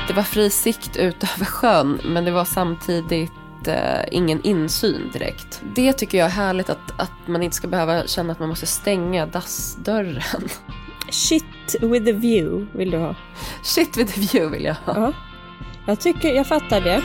Det var fri sikt ut över sjön, men det var samtidigt ingen insyn direkt. Det tycker jag är härligt, att man inte ska behöva känna att man måste stänga dassdörren. Shit with a view vill du ha. Shit with a view vill jag ha. Ja. Jag fattar det.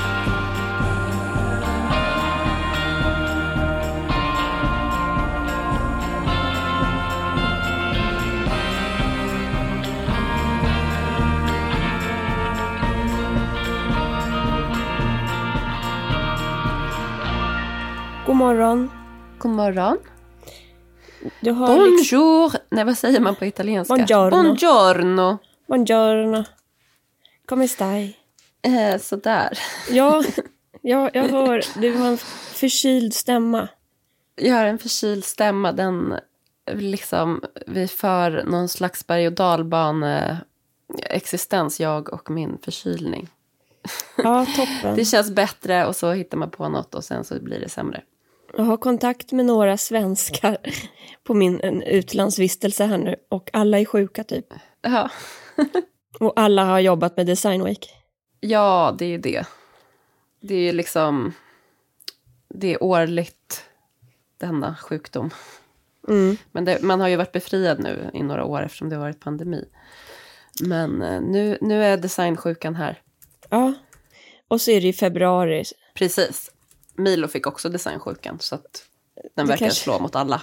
God morgon. God morgon. Du har Bonjour. Nej, vad säger man på italienska? Buongiorno. Buongiorno. Come stai? Sådär. Ja, jag hör. Du har en förkyld stämma. Jag har en förkyld stämma. Den liksom, vi för någon slags berg- och dalbane existens, jag och min förkylning. Ja, toppen. Det känns bättre och så hittar man på något och sen så blir det sämre. Jag har kontakt med några svenskar på min utlandsvistelse här nu. Och alla är sjuka typ. Ja. Och alla har jobbat med Design Week. Ja, det är ju det. Det är ju liksom, det är årligt, denna sjukdom. Mm. Men man har ju varit befriad nu i några år eftersom det har varit pandemi. Men nu är designsjukan här. Ja, och så är det i februari. Precis. Milo fick också designsjukan, så att den verkar slå mot alla.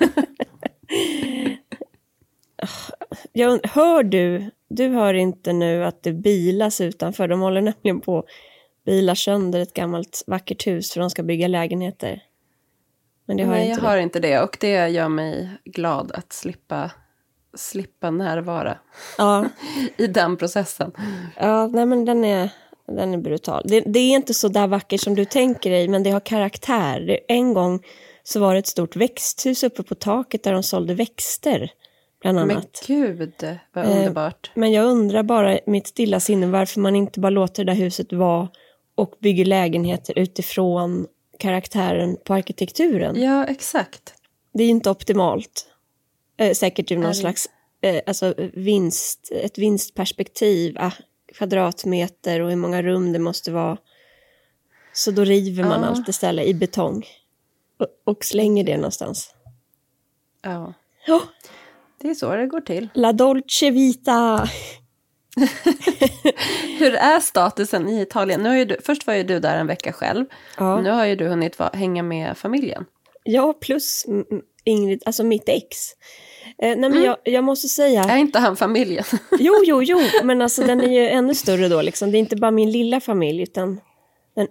Hör du hör inte nu att det bilas utanför. De håller nämligen på att bila sönder ett gammalt vackert hus för de ska bygga lägenheter. Men det Nej, jag hör inte det, och det gör mig glad att slippa närvara i den processen. Ja, nej, men den är brutal. Det är inte så där vackert som du tänker dig, men det har karaktär. En gång så var det ett stort växthus uppe på taket där de sålde växter, bland annat. Men gud, vad underbart. Men jag undrar bara mitt stilla sinne varför man inte bara låter det där huset vara och bygger lägenheter utifrån karaktären på arkitekturen. Ja, exakt. Det är inte optimalt. Säkert ur någon slags ett vinstperspektiv. Kvadratmeter och hur många rum det måste vara. Så då river man allt istället i betong. Och slänger det någonstans. Ja. Ja. Det är så det går till. La Dolce Vita. Hur är statusen i Italien? Först var ju du där en vecka själv. Ja. Nu har ju du hunnit hänga med familjen. Ja, plus Ingrid, alltså mitt ex. Nej, men jag måste säga... Är inte han familjen? Jo, men alltså den är ju ännu större då liksom. Det är inte bara min lilla familj utan en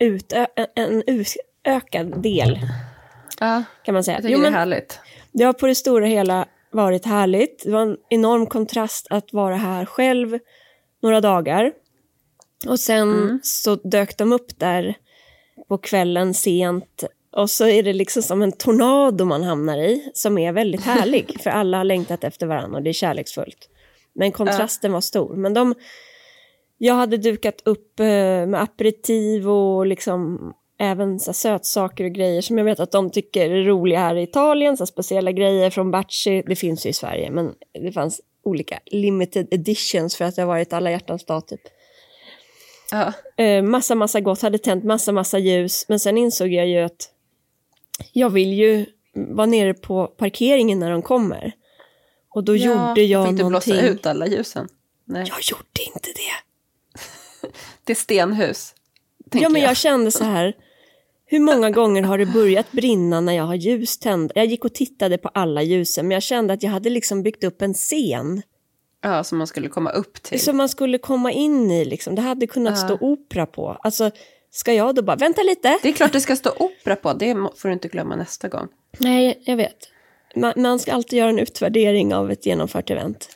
utökad del. Ja, kan man säga. Jag tycker det är härligt. Det har på det stora hela varit härligt. Det var en enorm kontrast att vara här själv några dagar. Och sen så dök de upp där på kvällen sent. Och så är det liksom som en tornado man hamnar i, som är väldigt härlig. För alla har längtat efter varandra och det är kärleksfullt. Men kontrasten var stor. Men jag hade dukat upp med aperitiv och liksom även så sötsaker och grejer som jag vet att de tycker är roliga här i Italien. Så speciella grejer från Bacci, det finns ju i Sverige. Men det fanns olika limited editions för att det har varit alla hjärtans dag typ. Ja. Massa gott, hade tänt massa ljus. Men sen insåg jag ju att jag vill ju vara nere på parkeringen när de kommer. Och då gjorde jag fick någonting. Du blåsa ut alla ljusen? Nej. Jag gjorde inte det. Det är stenhus. Ja, men jag kände så här. Hur många gånger har det börjat brinna när jag har ljus tända? Jag gick och tittade på alla ljusen. Men jag kände att jag hade liksom byggt upp en scen. Ja, som man skulle komma upp till. Som man skulle komma in i liksom. Det hade kunnat stå opera på. Alltså, ska jag då bara, vänta lite. Det är klart det ska stå opera på. Det får du inte glömma nästa gång. Nej, jag vet. Man ska alltid göra en utvärdering av ett genomfört event.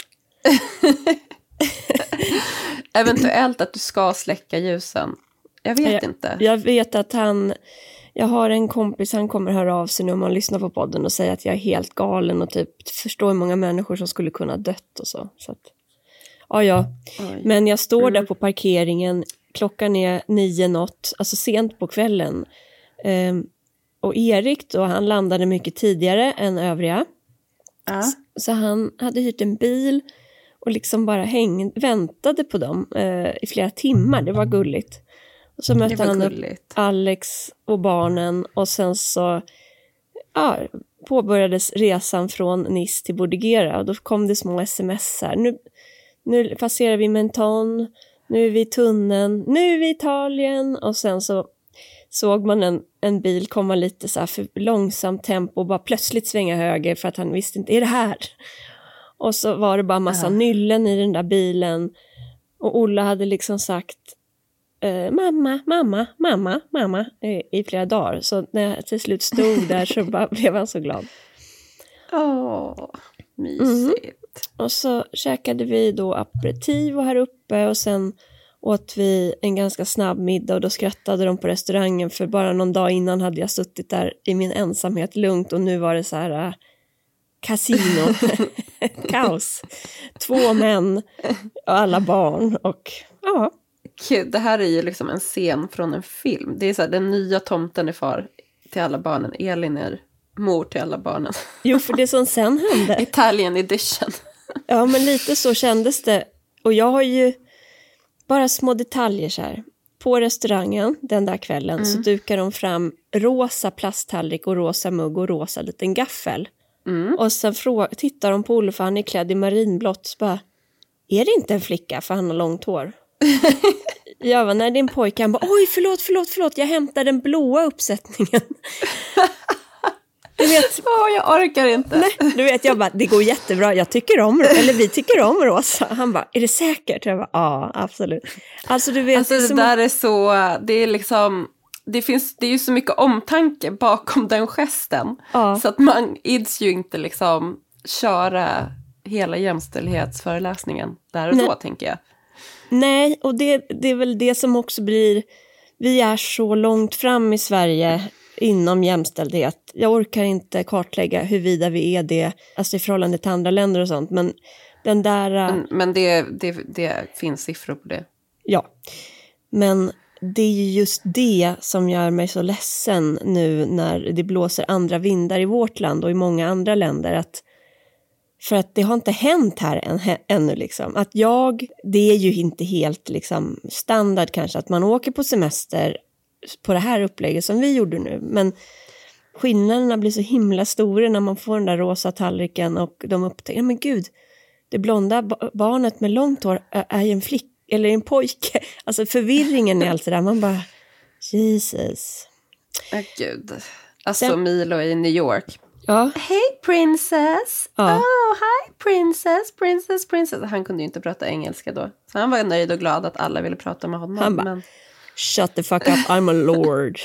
Eventuellt att du ska släcka ljusen. Jag vet inte. Jag vet att jag har en kompis, han kommer höra av sig nu om man lyssnar på podden och säger att jag är helt galen och typ förstår hur många människor som skulle kunna dött och så att, ja. Oj. Men jag står där på parkeringen, klockan är 9 något, alltså sent på kvällen. Och Erik då, han landade mycket tidigare än övriga. Så han hade hyrt en bil och liksom bara väntade på dem i flera timmar. Det var gulligt. Och så mötte han upp Alex och barnen och sen så påbörjades resan från Nice till Bordighera och då kom det små sms här. Nu passerar vi Menton, nu är vi i tunneln, nu är vi i Italien och sen så såg man en bil komma lite så här för långsamt tempo och bara plötsligt svänga höger för att han visste inte, är det här? Och så var det bara massa nyllen i den där bilen och Olle hade liksom sagt mamma i flera dagar. Så när jag till slut stod där så bara blev han så glad. Mysigt. Och så käkade vi då aperitivo här uppe och sen åt vi en ganska snabb middag och då skrattade de på restaurangen för bara någon dag innan hade jag suttit där i min ensamhet lugnt och nu var det så här kasino, kaos. 2 män och alla barn och ja. Gud, det här är ju liksom en scen från en film. Det är så här, den nya tomten är far till alla barnen. Elin är mor till alla barnen. Jo, för det som sen hände. Italian edition. Ja, men lite så kändes det. Och jag har ju bara små detaljer så här. På restaurangen den där kvällen så dukar de fram rosa plasttallrik och rosa mugg och rosa liten gaffel. Och sen tittar de på Olle för han är klädd i marinblått. Så bara, är det inte en flicka för han har långt hår? Jag var när din pojke han bara, oj förlåt, jag hämtar den blåa uppsättningen. Du vet, jag orkar inte. Nej, du vet, jag bara, det går jättebra, vi tycker om rosa. Han bara, är det säkert? Jag bara, ja, absolut. Alltså du vet. Alltså det där är så, det är liksom, det är ju så mycket omtanke bakom den gesten. Ja. Så att man ids ju inte liksom köra hela jämställdhetsföreläsningen där och då, tänker jag. Nej, och det är väl det som också blir, vi är så långt fram i Sverige inom jämställdhet. Jag orkar inte kartlägga huruvida vi är det, alltså i förhållande till andra länder och sånt, men den där... Men det finns siffror på det. Ja, men det är ju just det som gör mig så ledsen nu när det blåser andra vindar i vårt land och i många andra länder, för att det har inte hänt här ännu liksom. Det är ju inte helt liksom standard kanske att man åker på semester på det här upplägget som vi gjorde nu. Men skillnaderna blir så himla stora när man får den där rosa tallriken och de upptäcker, men gud, det blonda barnet med långt hår är ju en flick eller en pojke. Alltså förvirringen i allt det där. Man bara, Jesus. Gud. Alltså Milo i New York. Ja. Hey princess. Ja. Oh, hi princess. Han kunde ju inte prata engelska då. Så han var nöjd och glad att alla ville prata med honom. Han bara, shut the fuck up, I'm a lord.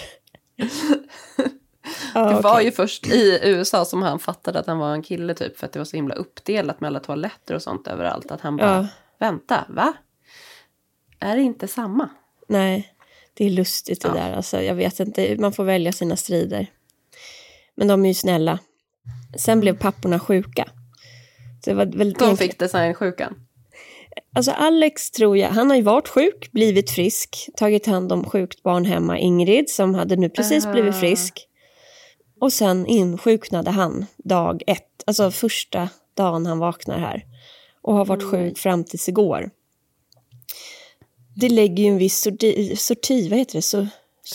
Det var ju först i USA som han fattade att han var en kille typ. För att det var så himla uppdelat med alla toaletter och sånt överallt. Att han bara, vänta, va? Är det inte samma? Nej, det är lustigt det där. Alltså, jag vet inte, man får välja sina strider. Men de är ju snälla. Sen blev papporna sjuka. Så det var de fick designsjukan. Alltså Alex tror jag, han har ju varit sjuk, blivit frisk. Tagit hand om sjukt barn hemma, Ingrid, som hade nu precis blivit frisk. Och sen insjuknade han dag 1. Alltså första dagen han vaknar här. Och har varit sjuk fram tills igår. Det lägger ju en viss sorti, vad heter det?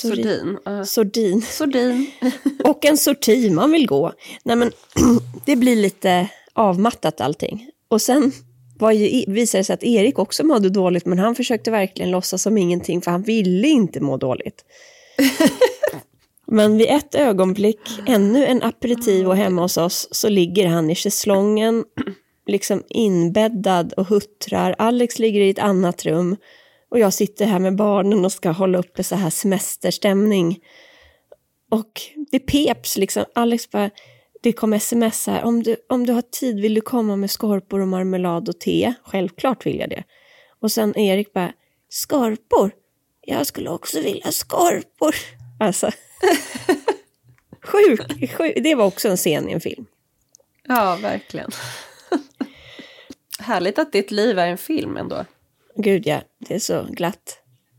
Sordin. Och en sorti man vill gå. Nej men det blir lite avmattat allting. Och sen visade det sig att Erik också mådde dåligt, men han försökte verkligen låtsas som ingenting för han ville inte må dåligt. Men vid ett ögonblick, ännu en aperitivo hemma hos oss, så ligger han i schäslongen liksom inbäddad och huttrar. Alex ligger i ett annat rum. Och jag sitter här med barnen och ska hålla uppe så här semesterstämning. Och det peps liksom. Alex bara, det kom sms här. Om du har tid vill du komma med skorpor och marmelad och te? Självklart vill jag det. Och sen Erik bara, skorpor? Jag skulle också vilja skorpor. Alltså. Sjuk. Det var också en scen i en film. Ja, verkligen. Härligt att ditt liv är en film ändå. Gud ja, det är så glatt.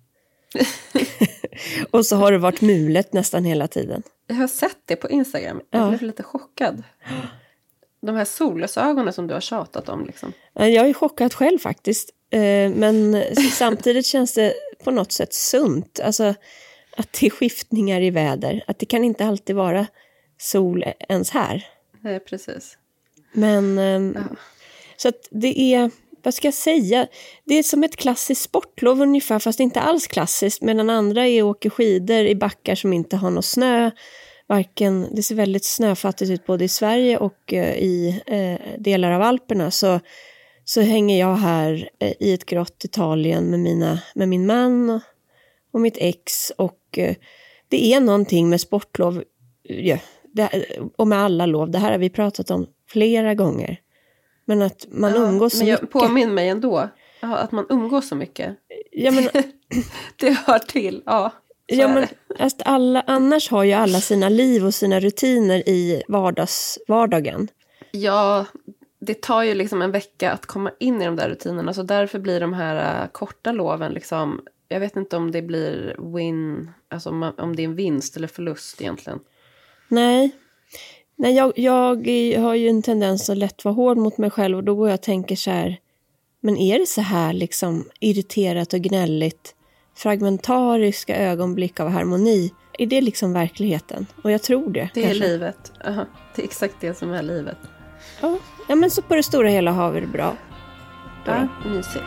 Och så har det varit mulet nästan hela tiden. Jag har sett det på Instagram. Jag blev lite chockad. De här solglasögonen som du har tjatat om liksom. Jag är chockad själv faktiskt. Men samtidigt känns det på något sätt sunt. Alltså att det är skiftningar i väder. Att det kan inte alltid vara sol ens här. Nej, precis. Men så att det är, vad ska jag säga? Det är som ett klassiskt sportlov ungefär, fast inte alls klassiskt. Medan andra är åker skidor i backar som inte har någon snö. Det ser väldigt snöfattigt ut både i Sverige och i delar av Alperna. Så hänger jag här i ett grått Italien med min man och mitt ex. Och det är någonting med sportlov och med alla lov. Det här har vi pratat om flera gånger. Men att man umgås så mycket. Påminn mig ändå. Att man umgås så mycket. Ja, men, det hör till, ja. Ja, men annars har ju alla sina liv och sina rutiner i vardagen. Ja, det tar ju liksom en vecka att komma in i de där rutinerna. Så därför blir de här korta loven liksom, jag vet inte om det blir alltså om det är en vinst eller förlust egentligen. Nej, jag har ju en tendens att lätt vara hård mot mig själv. Och då går jag och tänker så här, men är det så här liksom irriterat och gnälligt? Fragmentariska ögonblick av harmoni. Är det liksom verkligheten? Och jag tror det. Det är livet. Aha, det är exakt det som är livet. Ja, men så på det stora hela har vi det bra. Ja, mysigt.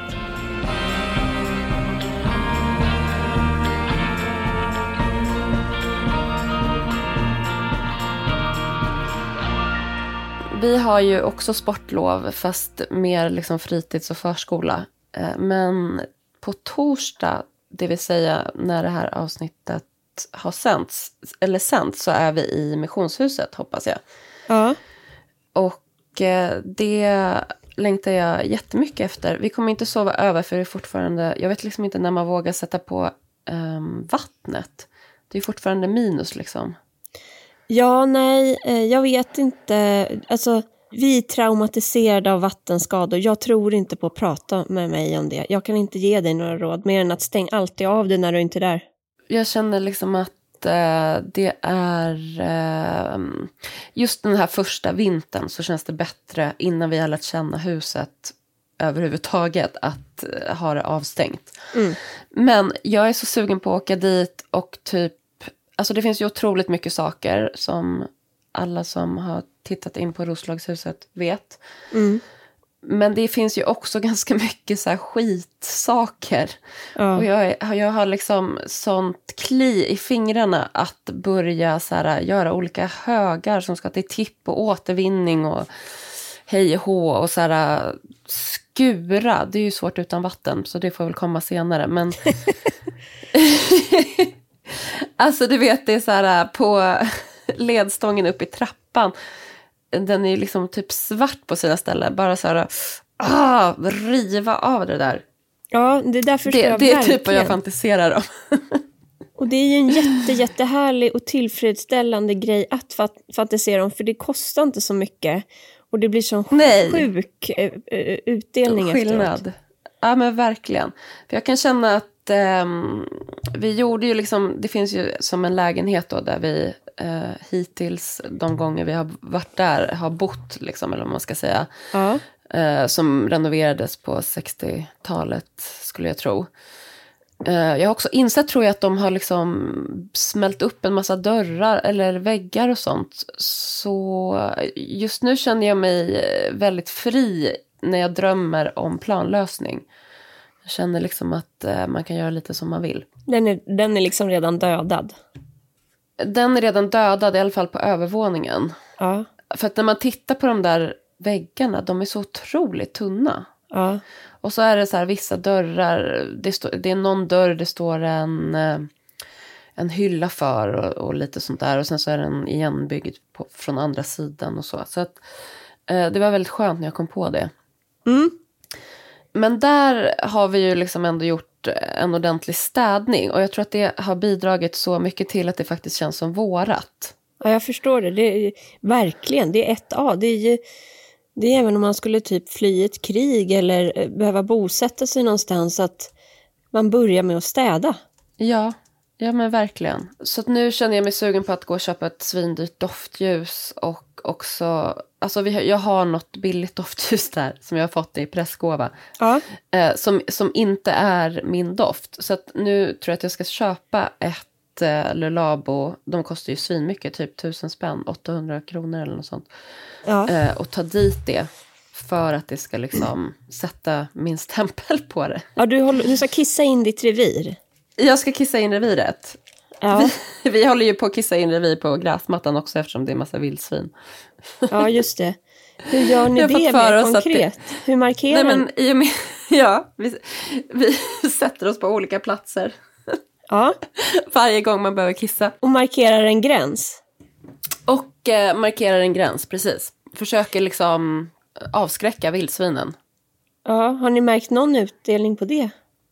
Vi har ju också sportlov, fast mer liksom fritids- och förskola. Men på torsdag, det vill säga när det här avsnittet har sänts, så är vi i missionshuset, hoppas jag. Ja. Och det längtar jag jättemycket efter. Vi kommer inte sova över för det är fortfarande, jag vet liksom inte när man vågar sätta på vattnet. Det är fortfarande minus liksom. Ja, nej, jag vet inte. Alltså, vi är traumatiserade av vattenskador. Jag tror inte på att prata med mig om det. Jag kan inte ge dig några råd mer än att stäng alltid av det när du inte är där. Jag känner liksom att det är just den här första vintern så känns det bättre innan vi har lärt känna huset överhuvudtaget att ha det avstängt. Men jag är så sugen på att åka dit och typ, alltså det finns ju otroligt mycket saker som alla som har tittat in på Roslagshuset vet. Men det finns ju också ganska mycket så här skitsaker. Och jag har liksom sånt kli i fingrarna att börja så här, göra olika högar som ska till tipp och återvinning och hej och hå och så här skura. Det är ju svårt utan vatten så det får väl komma senare. Men alltså du vet, det är så här på ledstången upp i trappan. Den är ju liksom typ svart på sina ställen. Bara så här, riva av det där. Ja, det där förstår jag verkligen. Det är typ vad jag fantiserar om. Och det är ju en jättehärlig och tillfredsställande grej att fantisera om. För det kostar inte så mycket. Och det blir sån sjuk utdelning skillnad. Efteråt. Ja, men verkligen. För jag kan känna att vi gjorde ju liksom, det finns ju som en lägenhet då där vi hittills de gånger vi har varit där har bott liksom, eller vad man ska säga. Ja. Som renoverades på 60-talet skulle jag tro. Jag har också insett, tror jag, att de har liksom smält upp en massa dörrar eller väggar och sånt. Så just nu känner jag mig väldigt fri när jag drömmer om planlösning. Jag känner liksom att man kan göra lite som man vill. Den är liksom redan dödad. Den är redan dödad, i alla fall på övervåningen. Ja. För att när man tittar på de där väggarna, de är så otroligt tunna. Ja. Och så är det så här vissa dörrar, det är någon dörr det står en hylla för och lite sånt där. Och sen så är den igenbyggd från andra sidan och så. Så att det var väldigt skönt när jag kom på det. Men där har vi ju liksom ändå gjort en ordentlig städning. Och jag tror att det har bidragit så mycket till att det faktiskt känns som vårat. Ja, jag förstår det. Det är, verkligen, det är 1A. Det är även om man skulle typ fly ett krig eller behöva bosätta sig någonstans att man börjar med att städa. Ja men verkligen. Så att nu känner jag mig sugen på att gå och köpa ett svindyrt doftljus och också alltså jag har något billigt doftljus där som jag har fått i pressgåva. Ja. Som inte är min doft. Så att nu tror jag att jag ska köpa ett Le Labo. De kostar ju svinmycket, typ 1000 spänn, 800 kronor eller något sånt. Ja. Och ta dit det för att det ska liksom sätta min stämpel på det. Ja, du ska kissa in ditt revir. Jag ska kissa in reviret. Ja. Vi håller ju på att kissa in revir på gräsmattan också eftersom det är massa vildsvin. Ja, just det. Hur gör ni det mer konkret? Hur markerar ni? Ja, vi sätter oss på olika platser. Ja. Varje gång man behöver kissa. Och markerar en gräns? Och markerar en gräns, precis. Försöker liksom avskräcka vildsvinen. Ja, har ni märkt någon utdelning på det?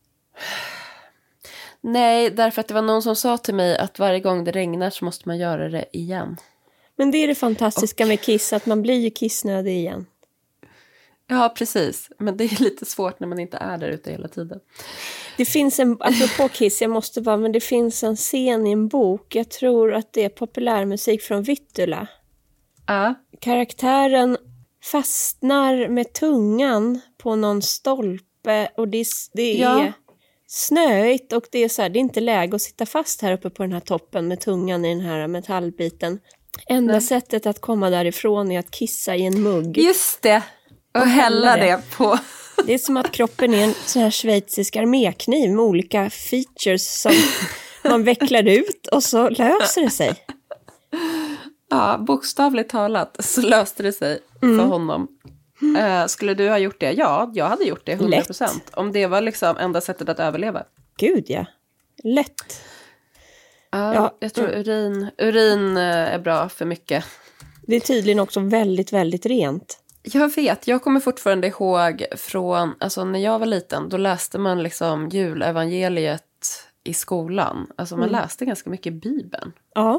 Nej, därför att det var någon som sa till mig att varje gång det regnar så måste man göra det igen. Men det är det fantastiska med kiss, att man blir ju kissnödig igen. Ja, precis. Men det är lite svårt när man inte är där ute hela tiden. Det finns apropå kiss, men det finns en scen i en bok. Jag tror att det är populärmusik från Vittula. Ja. Karaktären fastnar med tungan på någon stolpe och det är snöigt och det är så här, det är inte läge att sitta fast här uppe på den här toppen med tungan i den här metallbiten. Enda sättet att komma därifrån är att kissa i en mugg. Just det. Och hälla det på. Det är som att kroppen är en sån här schweizisk armékniv med olika features som man vecklar ut och så löser det sig. Ja, bokstavligt talat så löste det sig för honom. Skulle du ha gjort det? Ja, jag hade gjort det 100%. Lätt. Om det var liksom enda sättet att överleva. Gud, ja. Lätt. Ja, jag tror urin är bra för mycket. Det är tydligen också väldigt, väldigt rent. Jag vet, jag kommer fortfarande ihåg från, alltså när jag var liten, då läste man liksom julevangeliet i skolan. Alltså man läste ganska mycket Bibeln. Ja.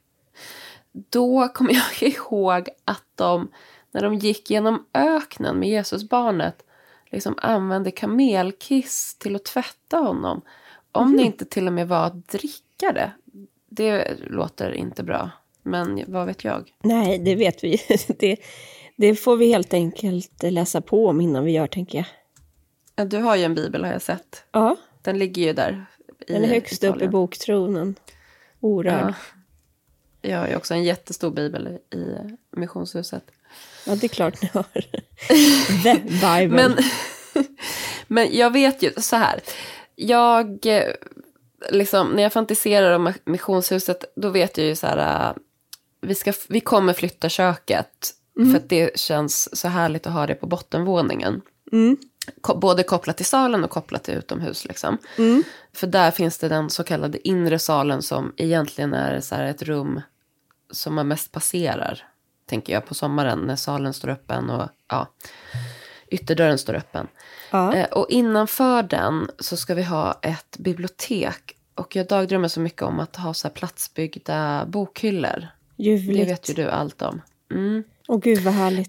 Då kommer jag ihåg att när de gick genom öknen med Jesusbarnet, liksom använde kamelkiss till att tvätta honom. Om det inte till och med var att dricka det. Det låter inte bra, men vad vet jag? Nej, det vet vi. Det får vi helt enkelt läsa på om innan vi gör, tänker jag. Ja, du har ju en bibel, har jag sett. Ja. Den ligger ju där. Den är högst upp i boktronen. Orörd. Ja. Jag har ju också en jättestor bibel i missionshuset. Ja, det är klart ni har. The Bible. Men jag vet ju så här. När jag fantiserar om missionshuset, då vet jag ju så här. Vi kommer flytta köket. För att det känns så härligt att ha det på bottenvåningen. Både kopplat till salen och kopplat till utomhus. Liksom. För där finns det den så kallade inre salen som egentligen är så här ett rum som man mest passerar. Tänker jag på sommaren när salen står öppen och ytterdörren står öppen. Ja. Och innanför den så ska vi ha ett bibliotek. Och jag dagdrömmer så mycket om att ha så här platsbyggda bokhyllor. Ljuvligt. Det vet ju du allt om. Åh gud vad härligt.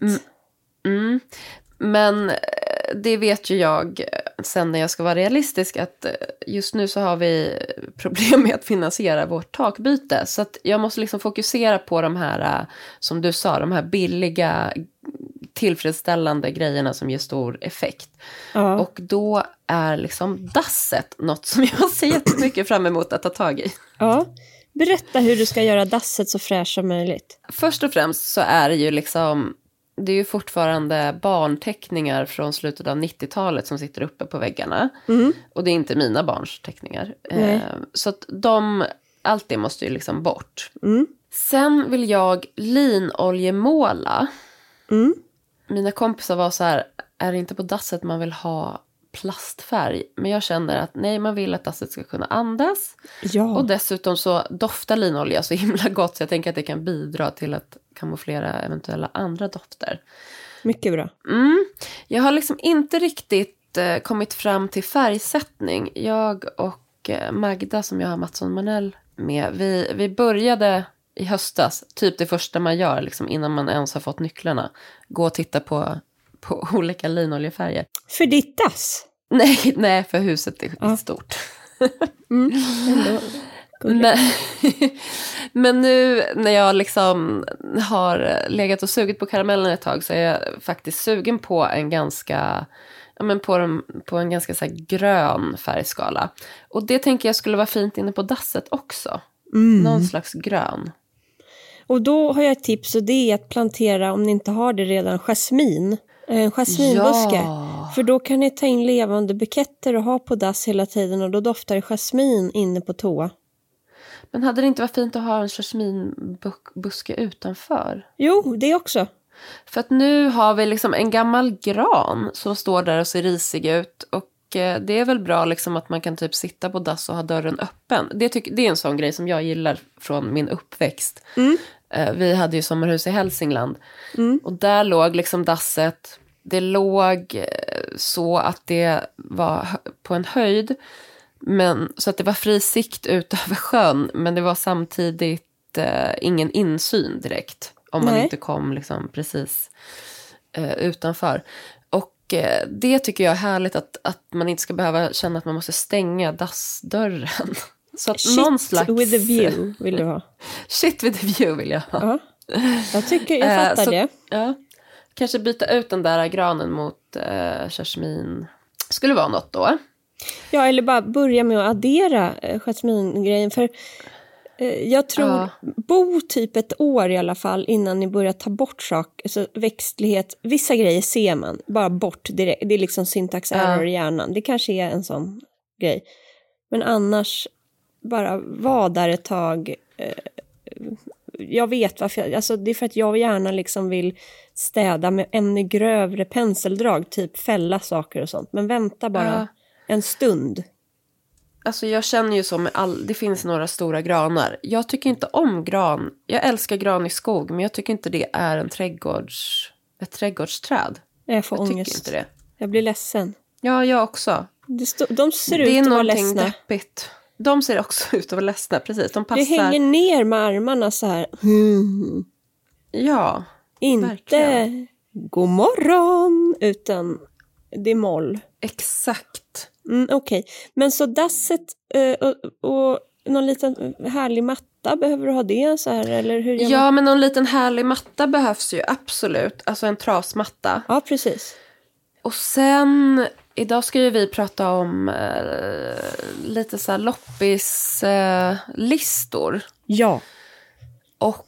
Men det vet ju jag sen när jag ska vara realistisk att just nu så har vi problem med att finansiera vårt takbyte. Så att jag måste liksom fokusera på de här, som du sa, de här billiga, tillfredsställande grejerna som ger stor effekt. Ja. Och då är liksom dasset något som jag ser jättemycket fram emot att ta tag i. Ja. Berätta hur du ska göra dasset så fräscht som möjligt. Först och främst så är det ju liksom, det är ju fortfarande barnteckningar från slutet av 90-talet som sitter uppe på väggarna. Och det är inte mina barns teckningar. Så att allt det måste ju liksom bort. Sen vill jag linoljemåla. Mina kompisar var så här, är det inte på dasset man vill ha plastfärg? Men jag känner att nej, man vill att dasset ska kunna andas. Ja. Och dessutom så doftar linolja så himla gott så jag tänker att det kan bidra till att kamouflera eventuella andra dofter. Mycket bra. Jag har liksom inte riktigt kommit fram till färgsättning. Jag och Magda som jag har Mattsson Manell med, vi började i höstas, typ det första man gör liksom, innan man ens har fått nycklarna. Gå och titta på olika linoljefärger. För ditt dass? Nej, för huset är stort. Men nu när jag liksom har legat och sugit på karamellen ett tag så är jag faktiskt sugen på en ganska, på en ganska så här grön färgskala. Och det tänker jag skulle vara fint inne på dasset också. Någon slags grön. Och då har jag ett tips, och det är att plantera, om ni inte har det redan, jasmin. En jasminbuske. Ja. För då kan ni ta in levande buketter och ha på dass hela tiden, och då doftar det jasmin inne på toa. Men hade det inte varit fint att ha en jasminbuske utanför? Jo, det också. För att nu har vi liksom en gammal gran som står där och ser risig ut. Och det är väl bra liksom att man kan typ sitta på dass och ha dörren öppen. Det är en sån grej som jag gillar från min uppväxt. Vi hade ju sommarhus i Hälsingland. Och där låg liksom dasset. Det låg så att det var på en höjd. Så att det var fri sikt ut över sjön. Men det var samtidigt ingen insyn direkt. Om man inte kom liksom precis utanför. Och det tycker jag är härligt, att man inte ska behöva känna att man måste stänga dassdörren. Så att Shit någon slags... with a view vill du ha. Shit with a view vill jag ha. Ja. Jag fattar det. Ja. Kanske byta ut den där granen mot jasmin. Skulle vara något då. Ja, eller bara börja med att addera jasmingrejen. För jag tror, bo typ ett år i alla fall innan ni börjar ta bort saker. Alltså växtlighet, vissa grejer ser man bara bort direkt. Det är liksom syntax error i hjärnan. Det kanske är en sån grej. Men annars, bara var där ett tag. Jag vet varför. Alltså det är för att jag gärna liksom vill städa med ännu grövre penseldrag. Typ fälla saker och sånt. Men vänta bara en stund. Alltså jag känner ju så med det finns några stora granar. Jag tycker inte om gran. Jag älskar gran i skog, men jag tycker inte det är ett trädgårdsträd. Jag får ångest. Tycker inte det. Jag blir ledsen. Ja, jag också. De ser ut att vara ledsna. Det är någonting deppigt. De ser också ut att vara ledsna, precis. De passar. Det hänger ner med armarna så här. Ja, inte verkligen. God morgon, utan det är moll. Exakt. Okej. Men så dasset och någon liten härlig matta, behöver du ha det så här? Eller hur gör man? Men någon liten härlig matta behövs ju absolut. Alltså en trasmatta. Ja, precis. Och sen, idag ska ju vi prata om lite så här loppislistor. Ja. Och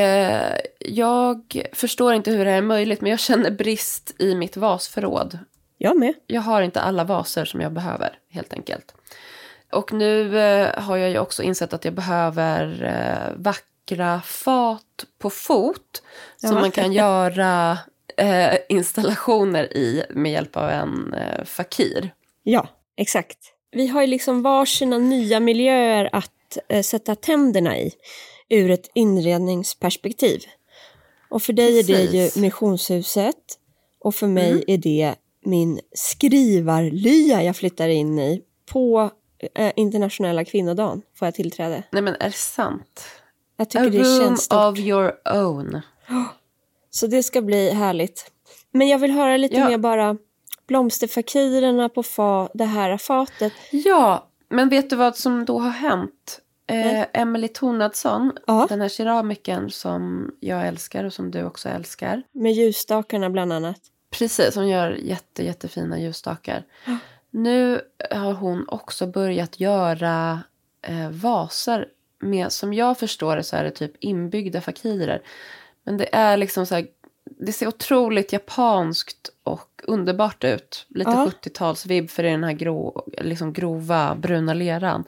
jag förstår inte hur det är möjligt, men jag känner brist i mitt vasförråd. Jag med. Jag har inte alla vaser som jag behöver, helt enkelt. Och nu har jag ju också insett att jag behöver vackra fat på fot. Som man kan göra installationer i med hjälp av en fakir. Ja, exakt. Vi har ju liksom varsina nya miljöer att sätta tänderna i. Ur ett inredningsperspektiv. Och för dig är det ju missionshuset. Och för mig är det min skrivarlya jag flyttar in i på internationella kvinnodagen. Får jag tillträde. Nej, men är det sant? Jag tycker det känns stort. Of your own. Så det ska bli härligt. Men jag vill höra lite mer bara blomsterfakirerna på det här fatet. Ja, men vet du vad som då har hänt? Emily Tornadsson, den här keramiken som jag älskar och som du också älskar. Med ljusstakarna bland annat. Precis, hon gör jättefina ljusstakar. Nu har hon också börjat göra vaser med, som jag förstår det så är det typ inbyggda fakirer. Men det är liksom så här, det ser otroligt japanskt och underbart ut. Lite 70-talsvibb för den här liksom grova bruna leran.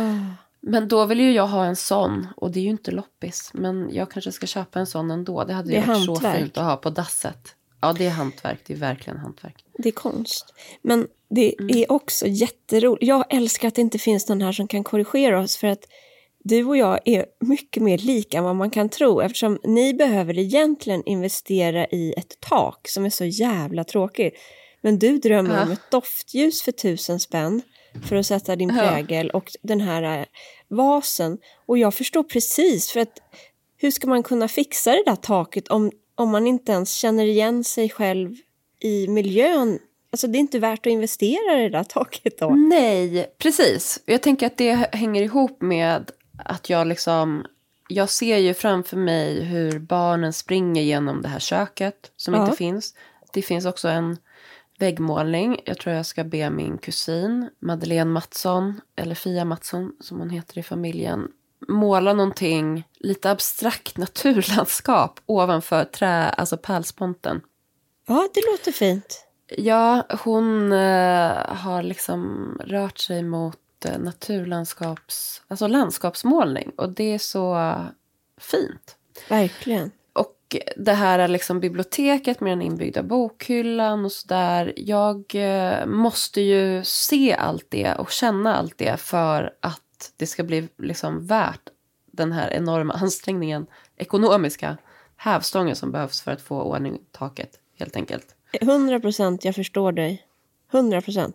Men då vill ju jag ha en sån. Och det är ju inte loppis. Men jag kanske ska köpa en sån ändå. Det hade ju varit så fint att ha på dasset. Ja, det är hantverk. Det är verkligen hantverk. Det är konst. Men det är också jätteroligt. Jag älskar att det inte finns någon här som kan korrigera oss. För att du och jag är mycket mer lika än vad man kan tro. Eftersom ni behöver egentligen investera i ett tak som är så jävla tråkigt. Men du drömmer om ett doftljus för 1000 spänn. För att sätta din prägel och den här vasen. Och jag förstår precis, för att hur ska man kunna fixa det där taket om man inte ens känner igen sig själv i miljön? Alltså det är inte värt att investera i det där taket då. Nej, precis. Jag tänker att det hänger ihop med att jag ser ju framför mig hur barnen springer genom det här köket som inte finns. Det finns också en väggmålning. Jag tror jag ska be min kusin Madeleine Mattsson, eller Fia Mattsson som hon heter i familjen, måla någonting lite abstrakt naturlandskap ovanför alltså pärlsponten. Ja, det låter fint. Ja, hon har liksom rört sig mot alltså landskapsmålning, och det är så fint. Verkligen. Och det här är liksom biblioteket med den inbyggda bokhyllan och sådär. Jag måste ju se allt det och känna allt det för att det ska bli liksom värt den här enorma ansträngningen, ekonomiska hävstången som behövs för att få ordning i taket, helt enkelt. 100%, jag förstår dig. 100%.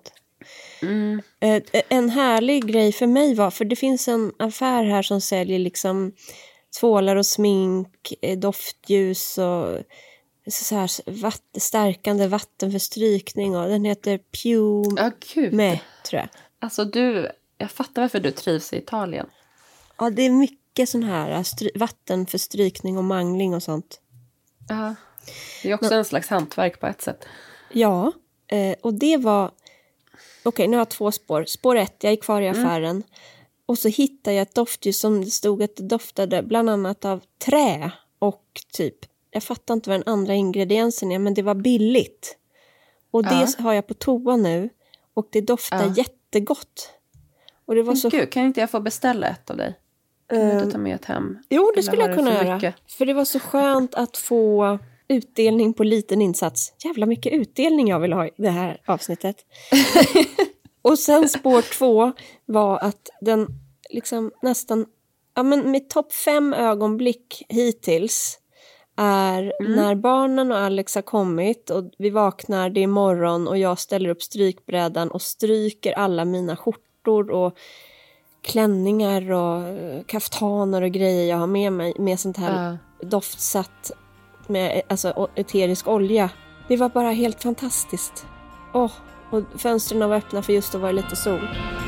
En härlig grej för mig var, för det finns en affär här som säljer liksom tvålar och smink, doftljus och så här stärkande vatten för strykning, och den heter Piume, tror jag. Alltså jag fattar varför du trivs i Italien. Ja, det är mycket sån här vatten för strykning och mangling och sånt. Ja, det är också en slags hantverk på ett sätt. Ja, och det var... Okej, nu har jag 2 spår. Spår 1, jag är kvar i affären. Och så hittade jag ett doftljus som det stod att det doftade bland annat av trä. Och typ, jag fattar inte vad den andra ingrediensen är, men det var billigt. Och det har jag på toa nu. Och det doftar jättegott. Och det var så... Gud, kan inte jag få beställa ett av dig? Kan du inte ta med ett hem? Jo, det skulle jag kunna göra. För det var så skönt att få utdelning på liten insats. Jävla mycket utdelning jag vill ha i det här avsnittet. Och sen spår 2 var att den liksom nästan... Ja, men mitt topp 5 ögonblick hittills är när barnen och Alex har kommit och vi vaknar, det är morgon och jag ställer upp strykbrädan och stryker alla mina skjortor och klänningar och kaftaner och grejer jag har med mig med sånt här doftsatt med alltså eterisk olja. Det var bara helt fantastiskt. Och fönstren var öppna för just att vara lite sol.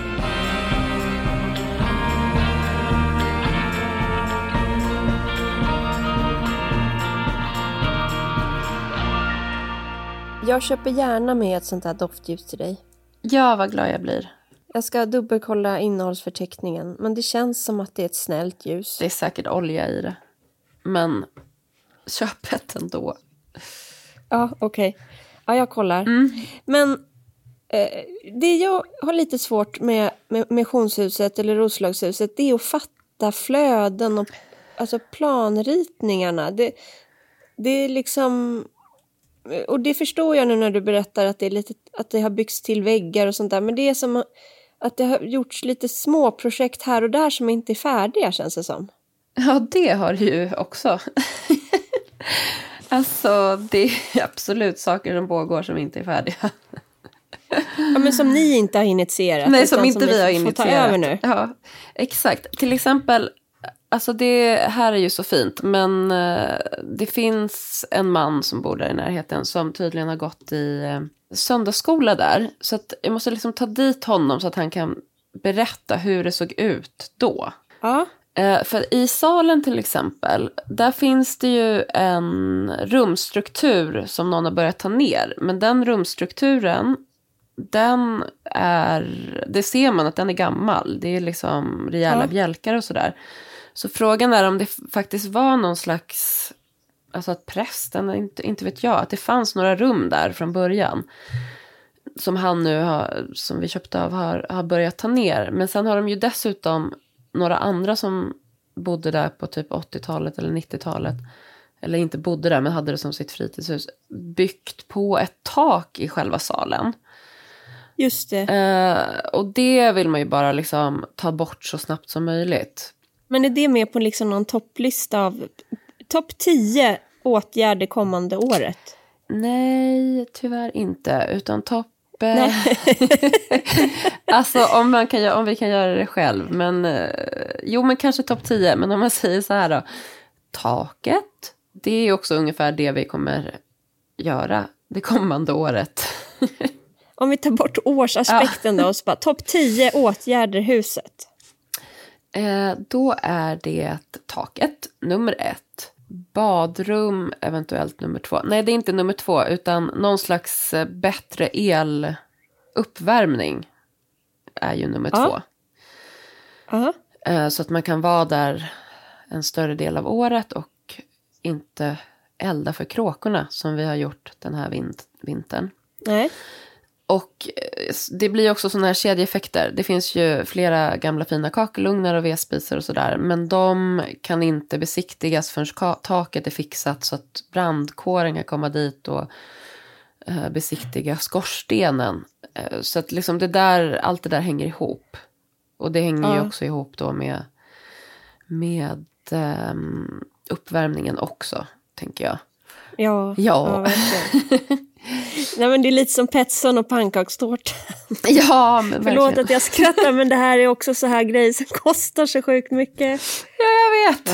Jag köper gärna med ett sånt här doftljus till dig. Ja, vad glad jag blir. Jag ska dubbelkolla innehållsförteckningen. Men det känns som att det är ett snällt ljus. Det är säkert olja i det. Men köp ett ändå. Ja, okej. Ja, jag kollar. Men det jag har lite svårt med missionshuset eller Roslagshuset, det är att fatta flöden och alltså planritningarna. Det är liksom... Och det förstår jag nu när du berättar att det är lite, att det har byggts till väggar och sånt där. Men det är som att det har gjorts lite små projekt här och där som inte är färdiga, känns det som. Ja, det har det ju också. Alltså, det är absolut saker som pågår som inte är färdiga. Ja, men som ni inte har initierat. Nej, som inte vi har initierat. Ta över nu. Ja, exakt. Till exempel... Alltså det här är ju så fint, men det finns en man som bor där i närheten som tydligen har gått i söndagsskola där. Så att jag måste liksom ta dit honom så att han kan berätta hur det såg ut då. Ja. För i salen till exempel, där finns det ju en rumstruktur som någon har börjat ta ner. Men den rumstrukturen, det ser man att den är gammal. Det är liksom rejäla bjälkar och sådär. Så frågan är om det faktiskt var någon slags, alltså att prästen, inte vet jag, att det fanns några rum där från början som han nu som vi köpte av har börjat ta ner. Men sen har de ju dessutom några andra som bodde där på typ 80-talet eller 90-talet, eller inte bodde där men hade det som sitt fritidshus, byggt på ett tak i själva salen. Just det. Och det vill man ju bara liksom ta bort så snabbt som möjligt. Men är det med på liksom någon topplista av topp 10 åtgärder kommande året? Nej, tyvärr inte. Utan topp... alltså om vi kan göra det själv. Men jo, men kanske topp 10. Men om man säger så här då. Taket, det är också ungefär det vi kommer göra det kommande året. Om vi tar bort årsaspekten då och så bara topp 10 åtgärder huset. Då är det taket, nummer 1. Badrum, eventuellt nummer 2. Nej, det är inte nummer 2, utan någon slags bättre eluppvärmning är ju nummer 2. Så att man kan vara där en större del av året och inte elda för kråkorna som vi har gjort den här vintern. Nej. Och det blir också sådana här kedjeeffekter. Det finns ju flera gamla fina kakelugnar och vedspisar och sådär. Men de kan inte besiktigas förrän taket är fixat så att brandkåren kan komma dit och besiktiga skorstenen. Så att liksom allt det där hänger ihop. Och det hänger ju också ihop då med uppvärmningen också, tänker jag. Ja, verkligen. Nej, men det är lite som Petson och pannkakstårt. Ja, men förlåt att jag skrattar, men det här är också så här grejer som kostar så sjukt mycket. Ja, jag vet.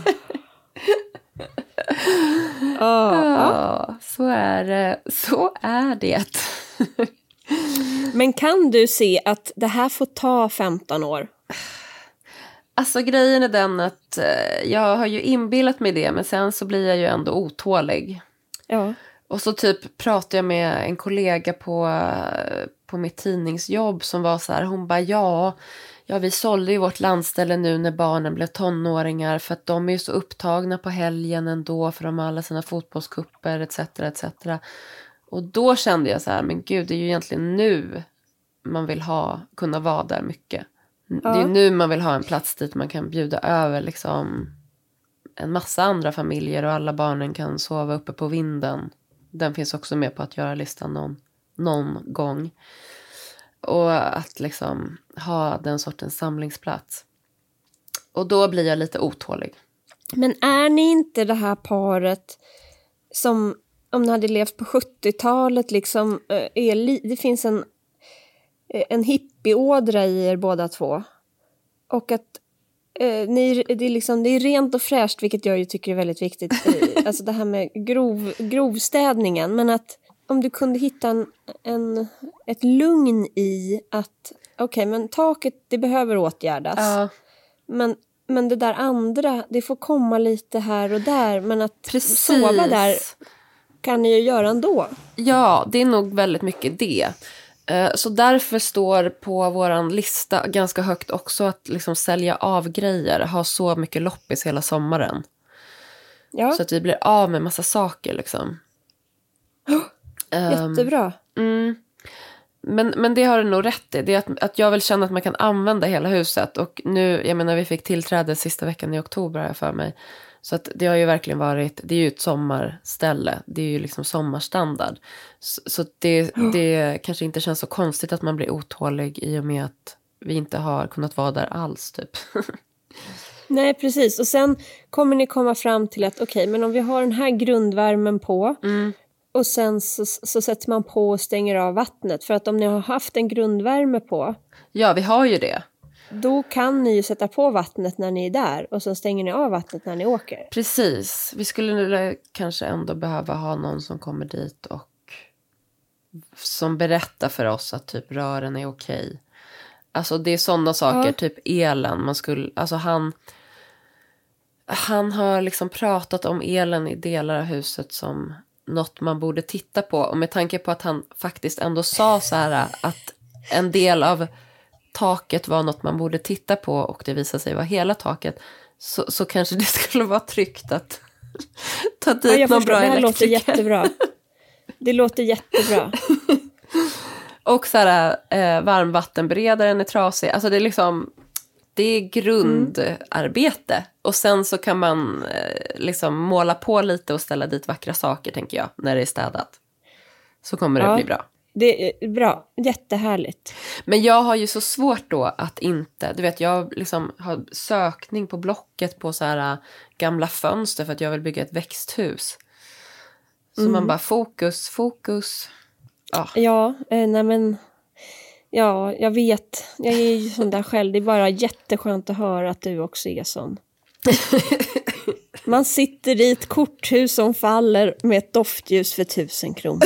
Så är det. Men kan du se att det här får ta 15 år? Alltså grejen är den att jag har ju inbillat mig det, men sen så blir jag ju ändå otålig. Ja. Och så typ pratade jag med en kollega på mitt tidningsjobb som var så här, hon bara ja vi sålde ju vårt landställe nu när barnen blev tonåringar för att de är ju så upptagna på helgen ändå för de har alla sina fotbollskupper etc. Och då kände jag så här, men gud, det är ju egentligen nu man vill kunna vara där mycket. Ja. Det är nu man vill ha en plats dit man kan bjuda över liksom en massa andra familjer och alla barnen kan sova uppe på vinden. Den finns också med på att göra listan någon gång. Och att liksom ha den sortens samlingsplats. Och då blir jag lite otålig. Men är ni inte det här paret som om ni hade levt på 70-talet liksom, det finns en hippieådra i er båda två. Och att det är rent och fräscht, vilket jag ju tycker är väldigt viktigt. Alltså det här med grovstädningen. Men att om du kunde hitta ett lugn i att okej, men taket, det behöver åtgärdas. Ja. Men det där andra, det får komma lite här och där. Men att sova där kan ni ju göra ändå. Ja, det är nog väldigt mycket det. Så därför står på våran lista ganska högt också att liksom sälja av grejer. Ha så mycket loppis hela sommaren. Ja. Så att vi blir av med massa saker liksom. Jättebra. Men det har du nog rätt i. Det är att jag vill känna att man kan använda hela huset. Och nu, jag menar, vi fick tillträde sista veckan i oktober här för mig. Så att det har ju verkligen varit, det är ju ett sommarställe. Det är ju liksom sommarstandard. Så det kanske inte känns så konstigt att man blir otålig i och med att vi inte har kunnat vara där alls typ. Nej, precis. Och sen kommer ni komma fram till att okej, men om vi har den här grundvärmen på och sen så sätter man på och stänger av vattnet. För att om ni har haft en grundvärme på. Ja, vi har ju det. Då kan ni ju sätta på vattnet när ni är där och så stänger ni av vattnet när ni åker. Precis. Vi skulle nu kanske ändå behöva ha någon som kommer dit och som berättar för oss att typ rören är okej. Alltså det är sådana saker, typ elen. Han har liksom pratat om elen i delar av huset som något man borde titta på. Och med tanke på att han faktiskt ändå sa så här att en del av taket var något man borde titta på och det visade sig vara hela taket, så kanske det skulle vara tryggt att ta dit någon bra elektriker. Det låter jättebra. Det låter jättebra. Och så här, varmvattenberedaren är trasig. Alltså det är liksom, det är grundarbete. Och sen så kan man liksom måla på lite och ställa dit vackra saker, tänker jag, när det är städat. Så kommer det bli bra. Det är bra, jättehärligt. Men jag har ju så svårt då att inte, du vet, jag liksom har sökning på Blocket på så här gamla fönster för att jag vill bygga ett växthus. Så man bara fokus. Ja, nej men, ja, jag vet. Jag är ju sån där själv. Det är bara jätteskönt att höra att du också är sån. Man sitter i ett korthus som faller med ett doftljus för 1000 kronor.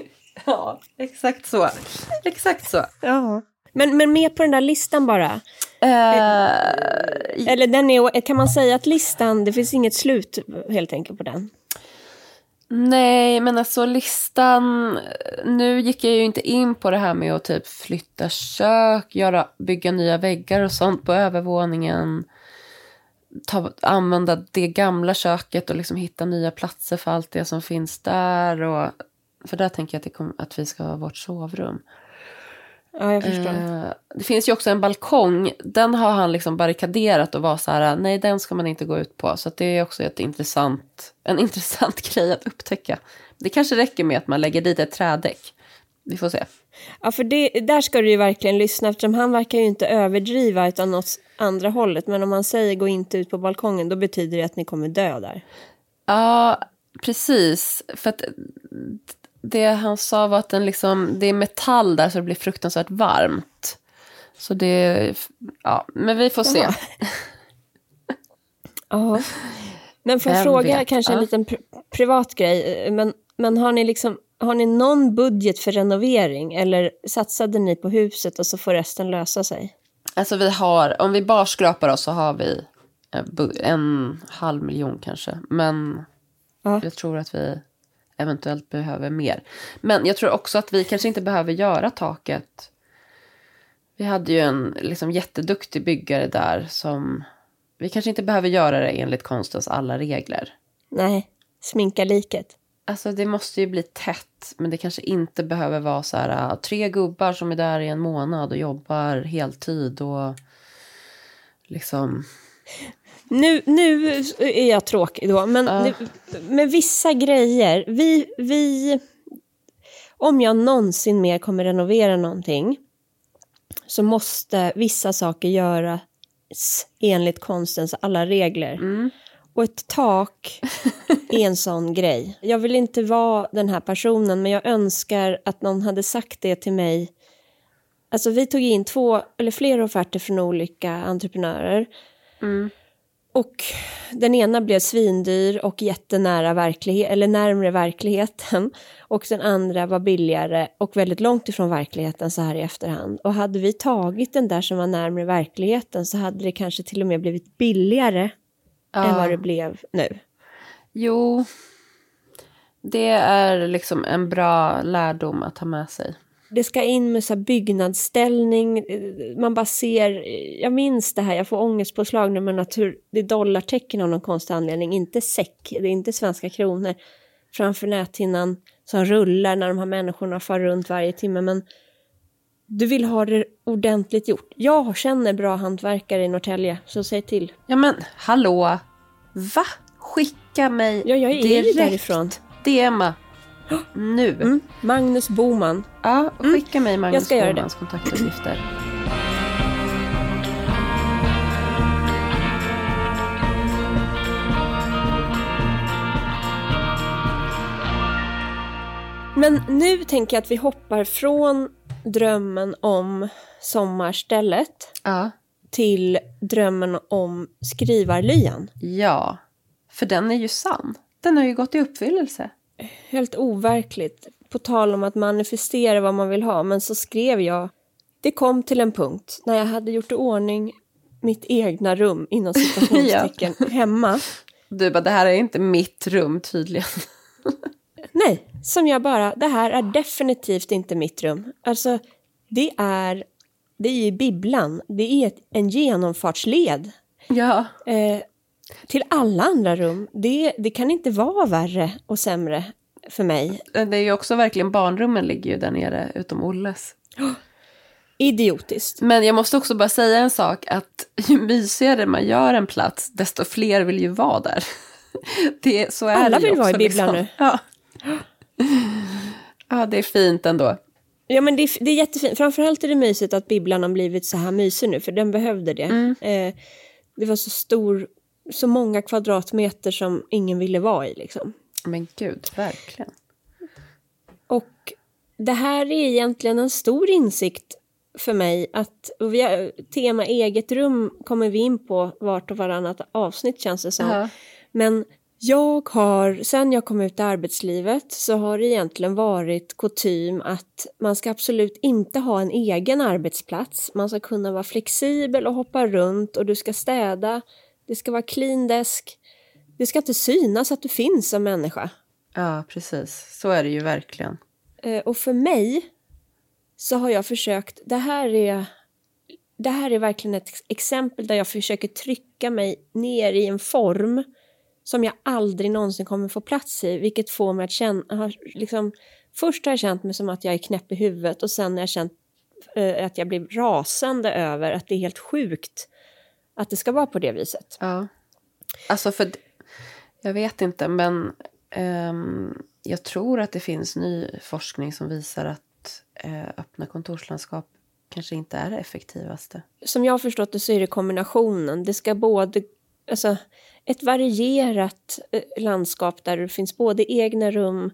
Ja, exakt så. Ja. Men med på den där listan bara. Eller den är, kan man säga att listan, det finns inget slut helt enkelt på den? Nej, men alltså listan, nu gick jag ju inte in på det här med att typ flytta kök, bygga nya väggar och sånt på övervåningen, använda det gamla köket och liksom hitta nya platser för allt det som finns där. Och, för där tänker jag att vi ska ha vårt sovrum. Ja, jag förstår. Det finns ju också en balkong. Den har han liksom barrikaderat och var så här, nej, den ska man inte gå ut på. Så att det är också en intressant grej att upptäcka. Det kanske räcker med att man lägger dit ett trädäck. Vi får se. Ja, för där ska du ju verkligen lyssna, eftersom han verkar ju inte överdriva utan något andra hållet. Men om man säger gå inte ut på balkongen, då betyder det att ni kommer dö där. Ja, precis. För att det han sa var att det är metall där så det blir fruktansvärt varmt. Så men vi får se. Ja. Men får jag fråga kanske en liten privat grej. Men har ni någon budget för renovering? Eller satsade ni på huset och så får resten lösa sig? Alltså om vi bara skrapar oss så har vi 500 000 kanske. Men jag tror att vi eventuellt behöver mer. Men jag tror också att vi kanske inte behöver göra taket. Vi hade ju en jätteduktig byggare där som... Vi kanske inte behöver göra det enligt konstens alla regler. Nej, sminka liket. Alltså det måste ju bli tätt. Men det kanske inte behöver vara så här 3 gubbar som är där i en månad och jobbar heltid och liksom... Nu är jag tråkig då, men med vissa grejer, om jag någonsin mer kommer renovera någonting så måste vissa saker göras enligt konstens alla regler. Mm. Och ett tak är en sån grej. Jag vill inte vara den här personen, men jag önskar att någon hade sagt det till mig. Alltså vi tog in 2 eller fler offerter från olika entreprenörer. Mm. Och den ena blev svindyr och jättenära närmare verkligheten. Och den andra var billigare och väldigt långt ifrån verkligheten så här i efterhand. Och hade vi tagit den där som var närmare verkligheten så hade det kanske till och med blivit billigare än vad det blev nu. Jo, det är en bra lärdom att ha med sig. Det ska in med så här byggnadsställning. Man bara ser... Jag minns det här. Jag får ångestpåslag när man det är dollartecken av någon konstig anledning. Inte säck. Det är inte svenska kronor. Framför näthinnan som rullar när de här människorna far runt varje timme. Men du vill ha det ordentligt gjort. Jag känner bra hantverkare i Norrtälje. Så säg till. Ja men, hallå. Va? Skicka mig jag är direkt därifrån. DMa. Nu. Magnus Boman. Ja, skicka mig Magnus Bomans kontaktuppgifter. Men nu tänker jag att vi hoppar från drömmen om sommarstället till drömmen om skrivarlyan. Ja, för den är ju sann. Den har ju gått i uppfyllelse. Helt overkligt. På tal om att manifestera vad man vill ha. Men så skrev jag. Det kom till en punkt när jag hade gjort i ordning mitt egna rum inom situationstecken hemma. Du bara, det här är inte mitt rum tydligen. Nej, som jag bara, det här är definitivt inte mitt rum. Alltså, det är ju bibblan. Det är en genomfartsled. Ja. Till alla andra rum. Det kan inte vara värre och sämre för mig. Det är ju också verkligen, barnrummen ligger ju där nere utom Olles. Idiotiskt. Men jag måste också bara säga en sak, att ju mysigare man gör en plats, desto fler vill ju vara där. Så är alla det ju vill också, vara i bibblan nu. Ja, det är fint ändå. Ja, men det är jättefint. Framförallt är det mysigt att bibblan har blivit så här mysig nu, för den behövde det. Det var så många kvadratmeter som ingen ville vara i liksom. Men gud, verkligen. Och det här är egentligen en stor insikt för mig, att tema eget rum kommer vi in på vart och varannat avsnitt, känns det som. Men Sen jag kom ut i arbetslivet så har det egentligen varit kutym att man ska absolut inte ha en egen arbetsplats. Man ska kunna vara flexibel och hoppa runt och du ska städa. Det ska vara clean desk. Det ska inte synas att du finns som människa. Ja, precis. Så är det ju verkligen. Och för mig så har jag försökt, det här är verkligen ett exempel där jag försöker trycka mig ner i en form som jag aldrig någonsin kommer få plats i, vilket får mig att känna, först har jag känt mig som att jag är knäpp i huvudet och sen har jag känt att jag blir rasande över att det är helt sjukt att det ska vara på det viset. Ja, alltså för jag vet inte, men jag tror att det finns ny forskning som visar att öppna kontorslandskap kanske inte är det effektivaste. Som jag har förstått det så är det kombinationen. Det ska både, alltså ett varierat landskap där det finns både egna rum,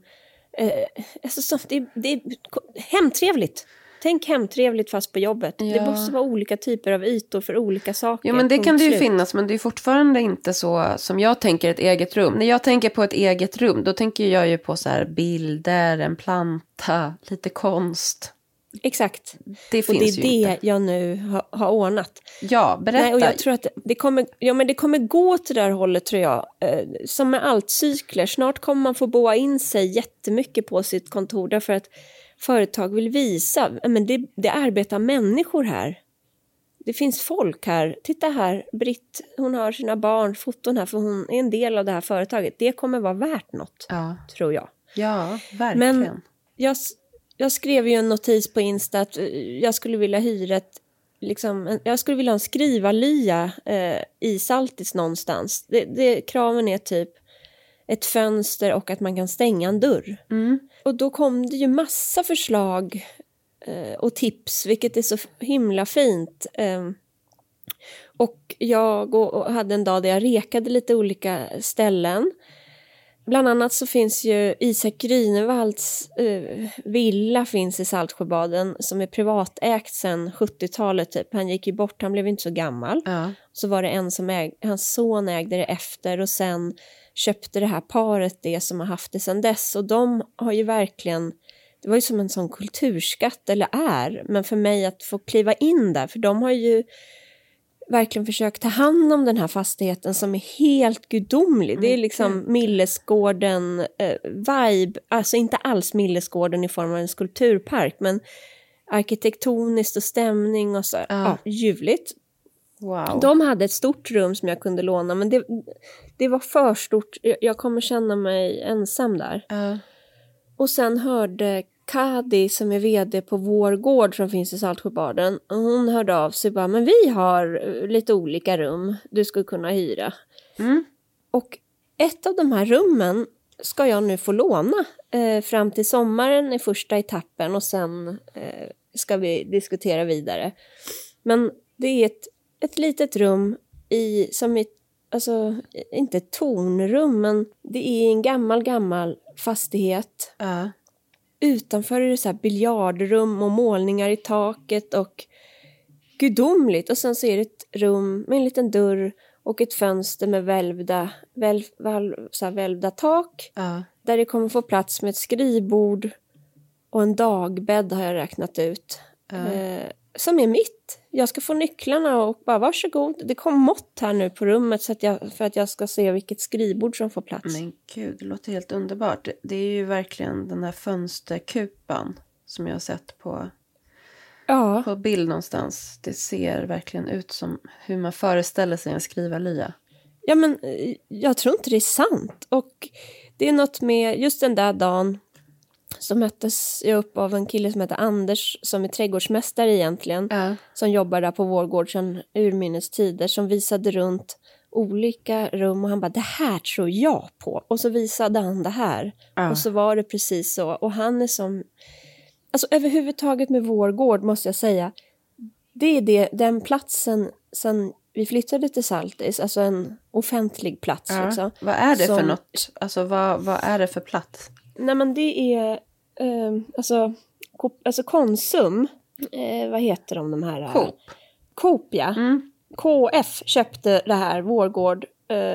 det är hemtrevligt. Tänk hemtrevligt fast på jobbet. Ja. Det måste vara olika typer av ytor för olika saker. Ja, men det kan det ju finnas, men det är fortfarande inte så som jag tänker ett eget rum. När jag tänker på ett eget rum, då tänker jag ju på så här bilder, en planta, lite konst. Exakt. Det finns och det är det jag nu har ordnat. Ja, berätta. Nej, och jag tror att det kommer gå till det här hållet, tror jag. Som med allt cykler. Snart kommer man få boa in sig jättemycket på sitt kontor därför att företag vill visa, men det arbetar människor här. Det finns folk här. Titta här, Britt, hon har sina foton här för hon är en del av det här företaget. Det kommer vara värt något, tror jag. Ja, verkligen. Men jag skrev ju en notis på Insta att jag skulle vilja hyra jag skulle vilja ha en skrivarlya i Saltis någonstans. Kraven är typ ett fönster och att man kan stänga en dörr. Mm. Och då kom det ju massa förslag och tips, vilket är så himla fint. Och jag hade en dag där jag rekade lite olika ställen. Bland annat så finns ju Isak Grünewalds villa finns i Saltsjöbaden som är privatägt sedan 70-talet typ. Han gick ju bort, han blev inte så gammal. Ja. Så var det en som hans son ägde det efter och sen köpte det här paret det som har haft det sedan dess. Och de har ju verkligen, det var ju som en sån kulturskatt, eller men för mig att få kliva in där. För de har ju verkligen försökt ta hand om den här fastigheten som är helt gudomlig. Det är liksom Millesgården vibe, alltså inte alls Millesgården i form av en skulpturpark, men arkitektoniskt och stämning och så. Ja, ljuvligt. Wow. De hade ett stort rum som jag kunde låna, men det var för stort. Jag kommer känna mig ensam där. Och sen hörde Kadi som är vd på Vår gård som finns i Saltsjöbaden. Hon hörde av sig bara, men vi har lite olika rum du skulle kunna hyra. Mm. Och ett av de här rummen ska jag nu få låna fram till sommaren i första etappen och sen ska vi diskutera vidare. Men det är ett litet rum alltså inte ett tornrum, men det är en gammal fastighet. Utanför är det så här biljardrum och målningar i taket och gudomligt. Och sen så är det ett rum med en liten dörr och ett fönster med välvda tak. Där det kommer få plats med ett skrivbord och en dagbädd har jag räknat ut. Som är mitt. Jag ska få nycklarna och bara varsågod. Det kom mått här nu på rummet för att jag ska se vilket skrivbord som får plats. Men gud, det låter helt underbart. Det är ju verkligen den här fönsterkupan som jag har sett på bild någonstans. Det ser verkligen ut som hur man föreställer sig en skrivarlya. Ja, men jag tror inte det är sant. Och det är något med just den där dagen så möttes jag upp av en kille som heter Anders som är trädgårdsmästare egentligen. Som jobbar där på Vår gård sedan urminnes tider, som visade runt olika rum och han bara, det här tror jag på. Och så visade han det här. Och så var det precis så. Och han är som, alltså överhuvudtaget med Vår gård måste jag säga, det är den platsen sen vi flyttade till Saltis, alltså en offentlig plats. Liksom, vad är det för något? Alltså vad är det för plats? Nej, men det är alltså Konsum, vad heter de här? Coop, ja. KF köpte det här, Vår gård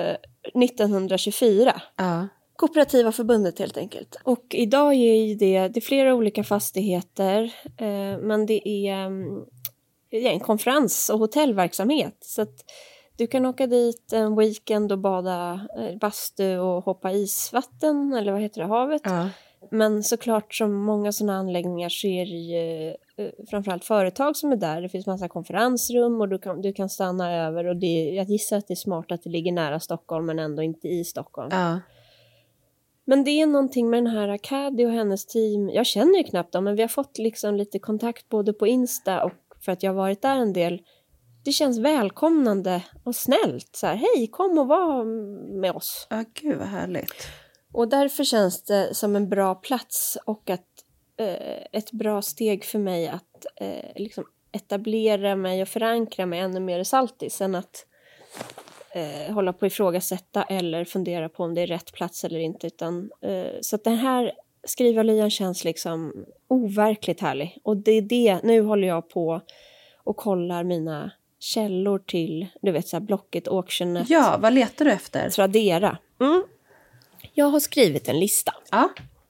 1924. Ja. Kooperativa förbundet helt enkelt. Och idag är det är flera olika fastigheter. Men det är en konferens- och hotellverksamhet. Så att du kan åka dit en weekend och bada bastu och hoppa isvatten. Eller vad heter det? Havet. Ja. Men såklart som många sådana anläggningar så är det ju framförallt företag som är där. Det finns massa konferensrum och du kan stanna över. Och jag gissar att det är smart att det ligger nära Stockholm men ändå inte i Stockholm. Ja. Men det är någonting med den här Caddy och hennes team. Jag känner ju knappt dem men vi har fått liksom lite kontakt både på Insta och för att jag har varit där en del. Det känns välkomnande och snällt. Så här, hej, kom och var med oss. Ja, gud vad härligt. Och därför känns det som en bra plats och ett bra steg för mig att liksom etablera mig och förankra mig ännu mer i Saltis än att hålla på att ifrågasätta eller fundera på om det är rätt plats eller inte. Så att den här skrivarlyan känns liksom overkligt härlig. Och det är det, nu håller jag på och kollar mina källor till, du vet så här Blocket, Auctionet. Ja, vad letar du efter? Tradera. Jag har skrivit en lista. Ja.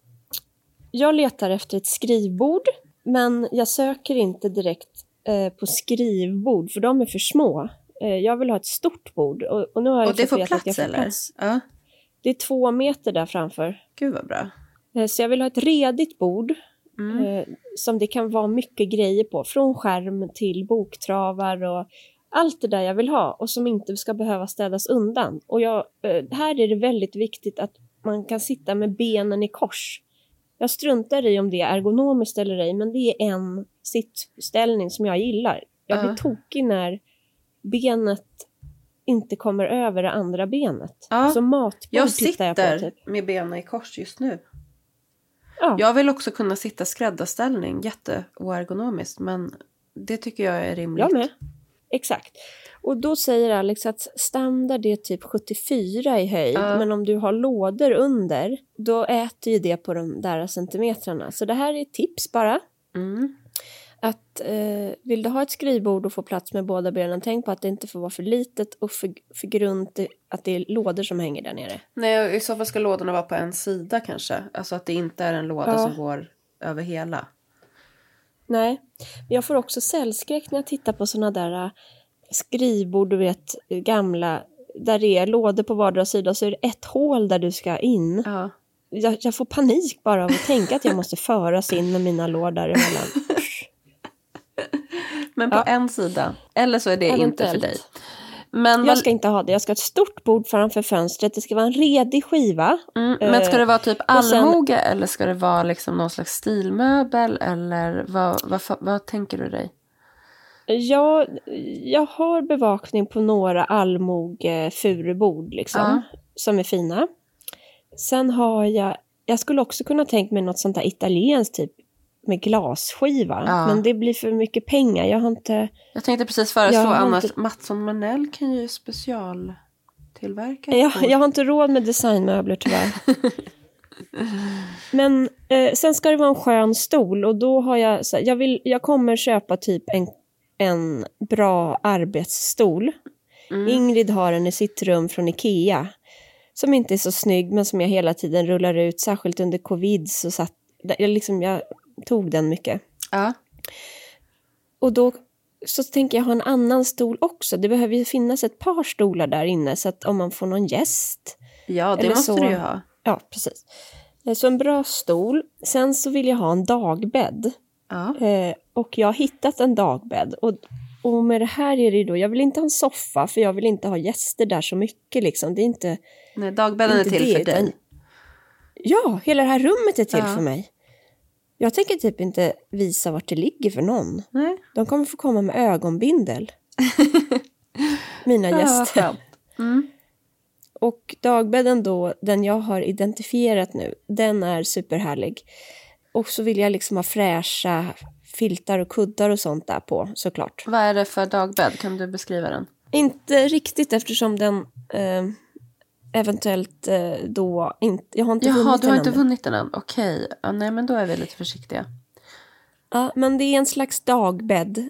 Jag letar efter ett skrivbord, men jag söker inte direkt på skrivbord, för de är för små. Jag vill ha ett stort bord. Och nu har jag det får plats, plats, att jag får eller? plats. Ja. Det är 2 meter där framför. Gud vad bra. Så jag vill ha ett redigt bord. Som det kan vara mycket grejer på. Från skärm till boktravar och allt det där jag vill ha. Och som inte ska behöva städas undan. Och här är det väldigt viktigt att man kan sitta med benen i kors. Jag struntar i om det är ergonomiskt eller ej. Men det är en sittställning som jag gillar. Jag blir tokig när benet inte kommer över det andra benet. Så matbord jag tittar jag på. sitter typ. med benen i kors just nu. Ja. Jag vill också kunna sitta skräddarställning. Jätteoergonomiskt. Men det tycker jag är rimligt. Jag med. Exakt. Och då säger Alex att standard är typ 74 i höjd. Men om du har lådor under, då äter ju det på de där centimetrarna. Så det här är ett tips bara. Att vill du ha ett skrivbord och få plats med båda benen, tänk på att det inte får vara för litet och för grunt, att det är lådor som hänger där nere. Nej, i så fall ska lådorna vara på en sida kanske. Alltså att det inte är en låda som går över hela. Nej, men jag får också cellskräck när jag tittar på såna där skrivbord, du vet, gamla, där det är lådor på vardera sida, så är det ett hål där du ska in. Ja. Jag får panik bara av att tänka att jag måste föras in med mina lådor emellan. Men på en sida. Eller så är det inte för dig. Men jag ska inte ha det. Jag ska ha ett stort bord framför fönstret. Det ska vara en redig skiva. Men ska det vara typ allmoge eller ska det vara liksom någon slags stilmöbel? Eller vad tänker du dig? Jag har bevakning på några allmoge-furubord liksom, som är fina. Sen har jag skulle också kunna tänka mig något sånt där italienskt typ med glasskiva. Men det blir för mycket pengar. Jag tänkte precis föreslå annars. Mattsson Manell kan ju specialtillverka. Jag har inte råd med designmöbler tyvärr. Men sen ska det vara en skön stol. Och då har jag kommer köpa typ en bra arbetsstol. Ingrid har den i sitt rum från Ikea. Som inte är så snygg, men som jag hela tiden rullar ut. Särskilt under covid så jag tog den mycket. Ja. Och då så tänker jag ha en annan stol också. Det behöver ju finnas ett par stolar där inne. Så att om man får någon gäst. Ja, det måste du ju ha. Ja, precis. Så en bra stol. Sen så vill jag ha en dagbädd. Ja. Och jag har hittat en dagbädd. Och med det här är det då, jag vill inte ha en soffa för jag vill inte ha gäster där så mycket liksom. Det är inte... Nej, dagbädden är till för dig. Ja, hela det här rummet är till för mig. Jag tänker typ inte visa vart det ligger för någon. Nej. De kommer få komma med ögonbindel. Mina gäster. Och dagbädden då, den jag har identifierat nu, den är superhärlig. Och så vill jag liksom ha fräscha filtar och kuddar och sånt där på, såklart. Vad är det för dagbädd? Kan du beskriva den? Inte riktigt eftersom den eventuellt då inte... Jag har inte vunnit den. Jaha, du har inte vunnit den än? Okej. Ja, nej, men då är vi lite försiktiga. Ja, men det är en slags dagbädd.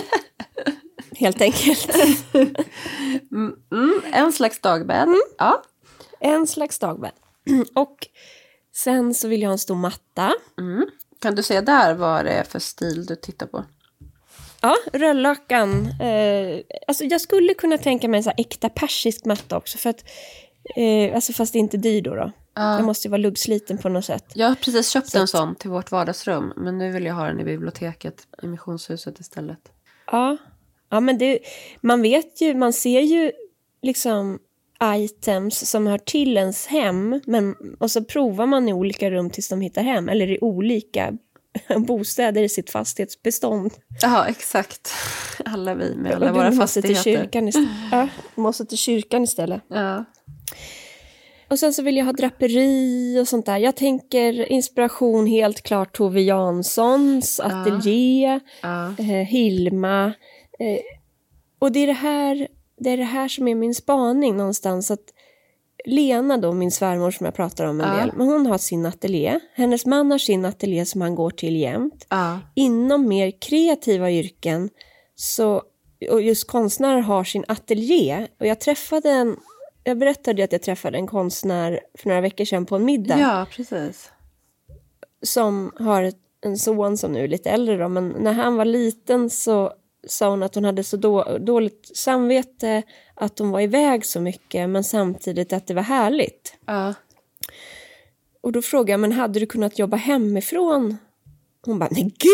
Helt enkelt. En slags dagbädd. Ja. En slags dagbädd. Och sen så vill jag ha en stor matta. Kan du se där vad det är för stil du tittar på? Ja, rödlakan. Alltså jag skulle kunna tänka mig en så här äkta persisk matta också. För att, alltså fast det är inte dyr då. Jag måste ju vara luggsliten på något sätt. Jag har precis köpt en sån till vårt vardagsrum. Men nu vill jag ha den i biblioteket, i missionshuset istället. Ja, men man vet ju, man ser ju liksom items som hör till ens hem. Och så provar man i olika rum tills de hittar hem. Eller i olika bostäder i sitt fastighetsbestånd. Ja, exakt. Alla vi med alla våra fastigheter. Måste till kyrkan istället. Ja. Och sen så vill jag ha draperi och sånt där. Jag tänker inspiration helt klart Tove Janssons ateljé, Hilma. Och det är det här som är min spaning någonstans. Att Lena då, min svärmor som jag pratar om en del. Men hon har sin ateljé. Hennes man har sin ateljé som han går till jämt. Inom mer kreativa yrken och just konstnärer har sin ateljé. Och jag berättade att jag träffade en konstnär för några veckor sedan på en middag. Ja, precis. Som har en son som nu är lite äldre då. Men när han var liten så sa hon att hon hade så dåligt samvete att hon var iväg så mycket. Men samtidigt att det var härligt. Ja. Och då frågade jag, men hade du kunnat jobba hemifrån? Hon bara,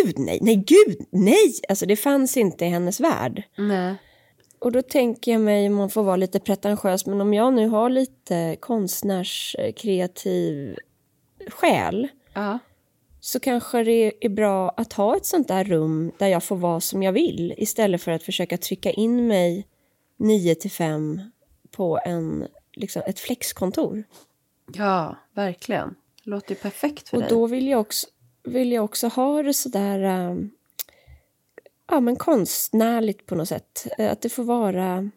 nej. Alltså det fanns inte i hennes värld. Nej. Och då tänker jag mig, man får vara lite pretentiös, men om jag nu har lite konstnärskreativ själ så kanske det är bra att ha ett sånt där rum där jag får vara som jag vill istället för att försöka trycka in mig 9-5 på ett flexkontor. Ja, verkligen. Det låter ju perfekt för dig. Och då vill jag också ha det sådär men konstnärligt på något sätt. Att det får vara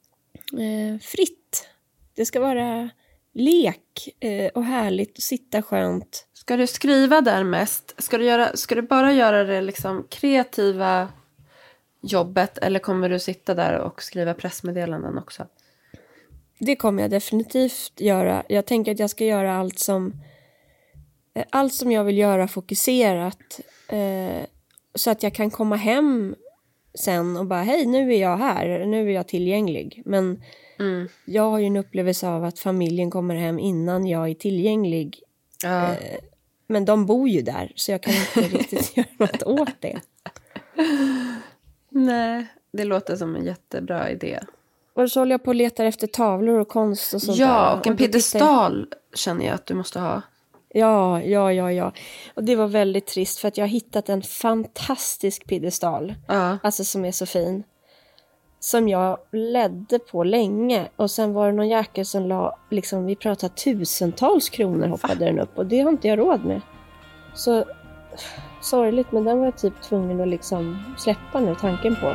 fritt. Det ska vara lek och härligt och sitta skönt. Ska du skriva där mest? Ska du bara göra det liksom kreativa jobbet eller kommer du sitta där och skriva pressmeddelanden också? Det kommer jag definitivt göra. Jag tänker att jag ska göra allt som jag vill göra fokuserat. Så att jag kan komma hem sen och bara, hej, nu är jag här. Nu är jag tillgänglig. Men jag har ju en upplevelse av att familjen kommer hem innan jag är tillgänglig. Ja. Men de bor ju där, så jag kan inte riktigt göra något åt det. Nej, det låter som en jättebra idé. Och så håller jag på och letar efter tavlor och konst och sånt där. Ja, och en piedestal känner jag att du måste ha. Ja. Och det var väldigt trist för att jag har hittat en fantastisk piedestal. Alltså som är så fin. Som jag ledde på länge. Och sen var det någon jäkel som la, liksom, vi pratade tusentals kronor hoppade den upp. Och det har inte jag råd med. Så sorgligt, men den var jag typ tvungen att liksom släppa nu tanken på.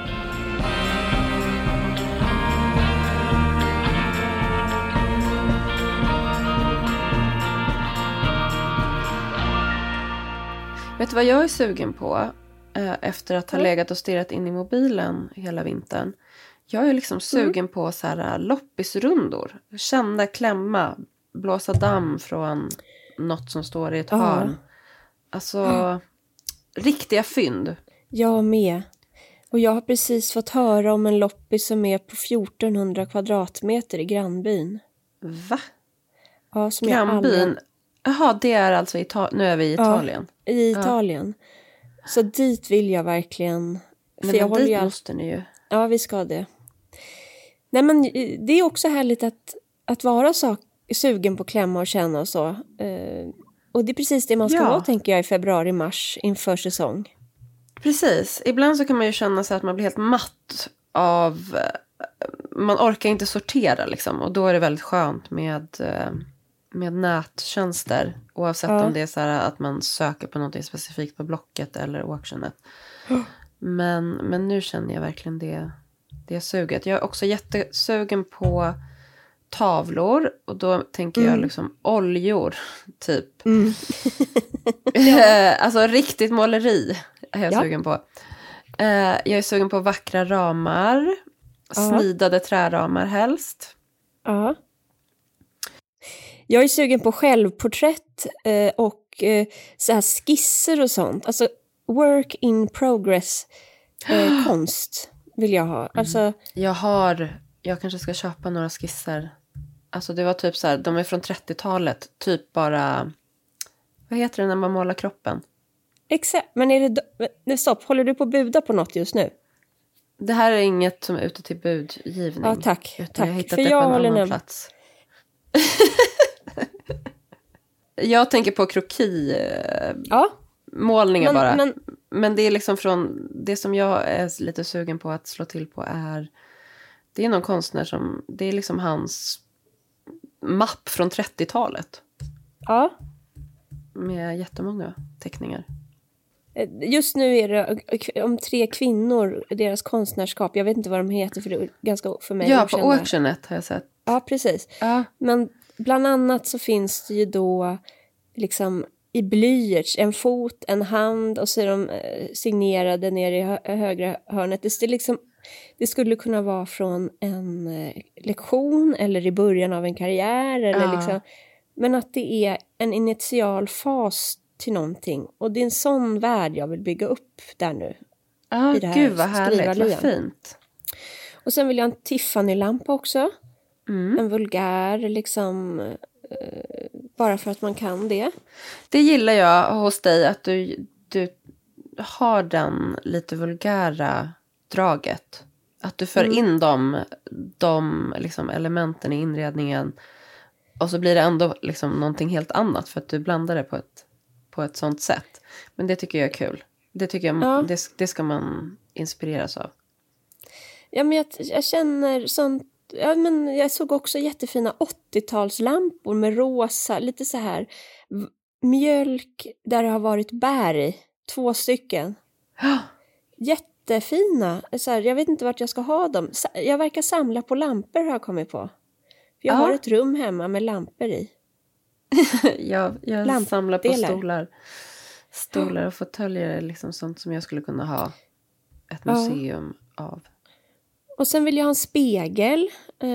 Vet du vad jag är sugen på efter att ha legat och stirrat in i mobilen hela vintern? Jag är liksom sugen på så här loppisrundor. Känna, klämma, blåsa damm från något som står i ett hörn. Alltså riktiga fynd. Jag med. Och jag har precis fått höra om en loppis som är på 1400 kvadratmeter i grannbyn. Va? Ja, som grannbyn? Jaha, det är alltså nu är vi i Italien. Ja, i Italien. Så dit vill jag verkligen. Men jag dit måste ni ju. Ja, vi ska det. Nej, men det är också härligt att vara sugen på klämma och känna och så. Och det är precis det man ska vara, tänker jag, i februari-mars inför säsong. Precis. Ibland så kan man ju känna sig att man blir helt matt av... Man orkar inte sortera liksom. Och då är det väldigt skönt med nättjänster. Oavsett om det är så här att man söker på något specifikt på Blocket eller Auctionet. Men nu känner jag verkligen det suget. Jag är också jättesugen på tavlor. Och då tänker jag liksom oljor. Typ. Alltså riktigt måleri är jag sugen på. Jag är sugen på vackra ramar. Snidade träramar helst. Ja. Jag är sugen på självporträtt och så här skisser och sånt. Alltså work in progress konst vill jag ha. Alltså, jag kanske ska köpa några skisser. Alltså det var typ så här, de är från 30-talet. Typ bara, vad heter det när man målar kroppen? Exakt, men stopp, håller du på att buda på något just nu? Det här är inget som är ute till budgivning. Ja, tack. Jag har hittat det på en annan plats. Jag tänker på målningar bara. Men det är liksom från det som jag är lite sugen på att slå till på är, det är någon konstnär som, det är liksom hans mapp från 30-talet. Ja. Med jättemånga teckningar. Just nu är det om 3 kvinnor, deras konstnärskap. Jag vet inte vad de heter för det är ganska för mig. Ja, på Auctionet har jag sett. Ja, precis. Ja. Men bland annat så finns det ju då liksom i blyerts en fot, en hand och så är de signerade nere i högra hörnet. Det skulle kunna vara från en lektion eller i början av en karriär. Eller liksom, men att det är en initial fas till någonting. Och det är en sån värld jag vill bygga upp där nu. Ja, gud vad härligt, vad fint. Och sen vill jag en Tiffany-lampa också. En vulgär liksom, bara för att man kan det. Det gillar jag hos dig, att du har den lite vulgära draget. Att du för in de liksom elementen i inredningen. Och så blir det ändå liksom någonting helt annat för att du blandar det på ett sånt sätt. Men det tycker jag är kul. Det tycker jag, det ska man inspireras av. Ja, men jag känner sånt. Ja, men jag såg också jättefina 80-talslampor med rosa, lite så här mjölk där det har varit bär i. 2 stycken. Jättefina. Så här, jag vet inte vart jag ska ha dem. Jag verkar samla på lampor har jag kommit på. Jag har ett rum hemma med lampor i. jag samlar på stolar och fåtöljer är liksom sånt som jag skulle kunna ha ett museum av. Och sen vill jag ha en spegel.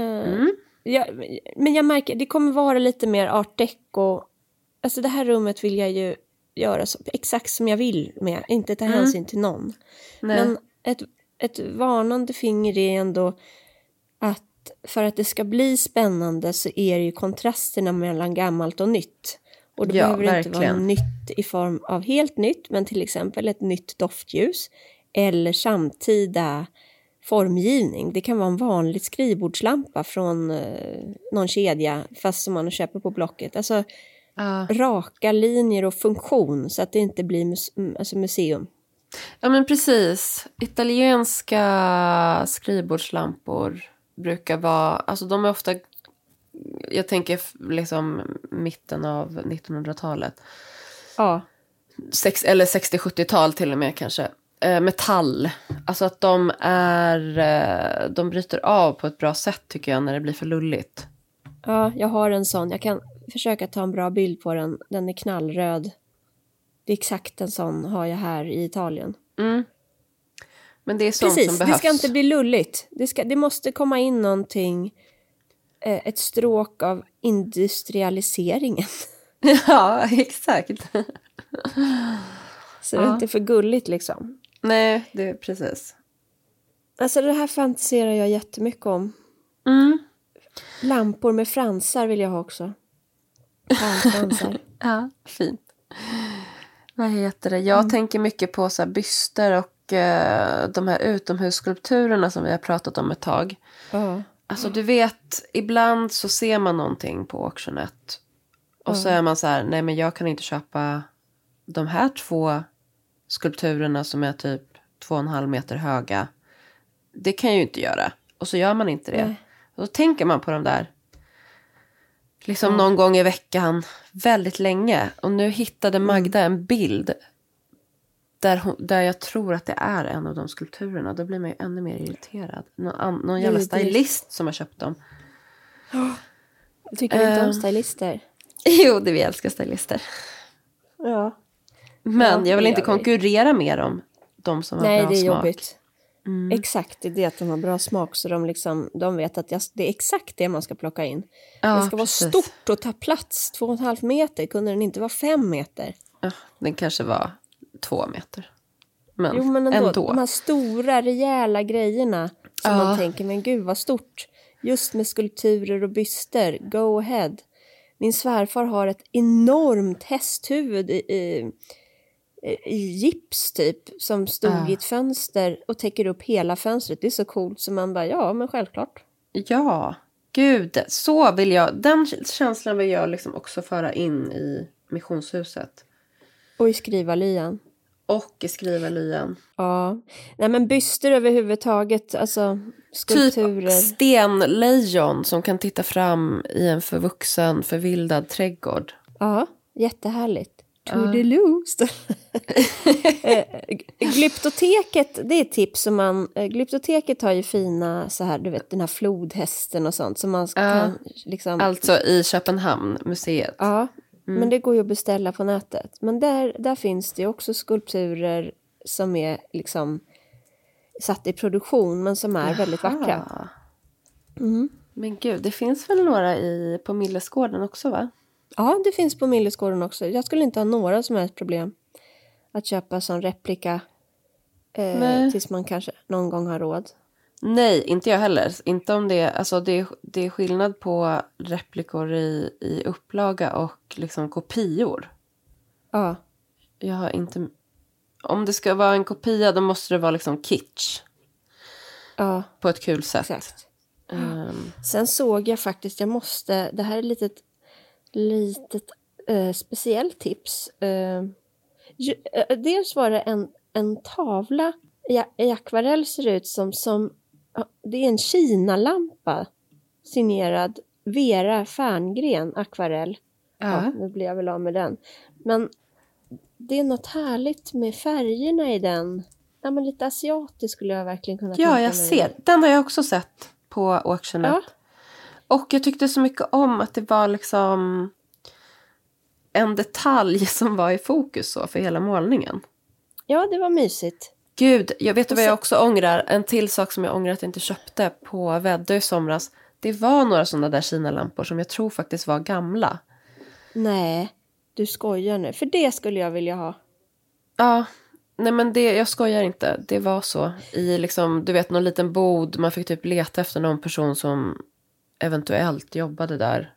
Men jag märker, det kommer vara lite mer art deco. Alltså det här rummet vill jag ju göra exakt som jag vill med. Inte ta hänsyn till någon. Nej. Men ett varnande finger är ändå att för att det ska bli spännande så är det ju kontrasterna mellan gammalt och nytt. Och det behöver verkligen inte vara nytt i form av helt nytt. Men till exempel ett nytt doftljus. Eller samtida formgivning. Det kan vara en vanlig skrivbordslampa från någon kedja. Fast som man köper på Blocket. Alltså raka linjer och funktion. Så att det inte blir museum. Ja men precis. Italienska skrivbordslampor brukar vara, alltså de är ofta, jag tänker liksom mitten av 1900-talet. Ja. Eller 60-70-tal till och med kanske. Metall. Alltså att de bryter av på ett bra sätt tycker jag när det blir för lulligt. Ja, jag har en sån. Jag kan försöka ta en bra bild på den. Den är knallröd. Det är exakt en sån har jag här i Italien. Men det är sånt som behövs. Det ska inte bli lulligt. Det måste komma in någonting. Ett stråk av industrialiseringen. Ja, exakt. Så det är inte för gulligt liksom. Nej, det är precis. Alltså det här fantiserar jag jättemycket om. Lampor med fransar vill jag ha också. Fransar. Ja, fint. Vad heter det? Jag tänker mycket på så här byster och de här utomhusskulpturerna som vi har pratat om ett tag. Alltså du vet, ibland så ser man någonting på Auctionet. Och så är man så här, nej men jag kan inte köpa de här 2 skulpturerna som är typ 2,5 meter höga. Det kan jag ju inte göra. Och så gör man inte det. Nej. Och då tänker man på de där liksom någon gång i veckan väldigt länge. Och nu hittade Magda en bild där jag tror att det är en av de skulpturerna. Då blir man ju ännu mer irriterad. Någon jävla stylist som har köpt dem. Tycker du inte om stylister? Jo, det vi älskar stylister. Ja. Men jag vill inte konkurrera med dem. De som har bra smak. Nej, det är jobbigt. exakt det att de har bra smak. Så de vet att det är exakt det man ska plocka in. Ja, det ska precis. vara stort och ta plats. 2,5 meter. Kunde den inte vara 5 meter? Ja, den kanske var 2 meter. Men, jo, men ändå. De här stora, rejäla grejerna. Som man tänker, men gud vad stort. Just med skulpturer och byster. Go ahead. Min svärfar har ett enormt hästhuvud i gips typ. Som stod i ett fönster och täcker upp hela fönstret. Det är så coolt som man bara, ja men självklart. Ja, gud. Så vill jag, den känslan vill jag liksom också föra in i missionshuset. Och i skrivarlyan. Och i skrivarlyan. Ja. Nej men byster överhuvudtaget. Alltså skulpturer. Typ stenlejon som kan titta fram i en förvuxen, förvildad trädgård. Ja, jättehärligt. Toodaloo. Glyptoteket, det är ett tips som man... Glyptoteket har ju fina så här, du vet, den här flodhästen och sånt som man kan liksom... Alltså i Köpenhamn, museet. Ja, men det går ju att beställa på nätet. Men där finns det också skulpturer som är liksom satt i produktion men som är väldigt vackra. Men gud, det finns väl några på Millesgården också, va? Ja, det finns på Millesgården också. Jag skulle inte ha några som helst problem att köpa som replika tills man kanske någon gång har råd. Nej, inte jag heller. Inte om det, alltså det är skillnad på replikor i upplaga och liksom kopior. Ja. Jag har inte... Om det ska vara en kopia, då måste det vara liksom kitsch. Ja. På ett kul sätt. Exakt. Sen såg jag faktiskt, det här är litet speciellt tips. Dels var det en tavla i akvarell, ser ut som det är en Kina-lampa signerad Vera Ferngren akvarell. Ja, nu blir jag väl av med den. Men det är något härligt med färgerna i den. Ja, men lite asiatiskt skulle jag verkligen kunna tänka mig. Ja, jag ser. Den har jag också sett på Auctionet. Ja. Och jag tyckte så mycket om att det var liksom en detalj som var i fokus så för hela målningen. Ja, det var mysigt. Gud, jag vet vad jag också ångrar. En till sak som jag ångrar att jag inte köpte på Väddö i somras. Det var några sådana där Kina-lampor som jag tror faktiskt var gamla. Nej, du skojar nu. För det skulle jag vilja ha. Ja, nej men jag skojar inte. Det var så. I liksom, du vet, någon liten bod. Man fick typ leta efter någon person som eventuellt jobbade där.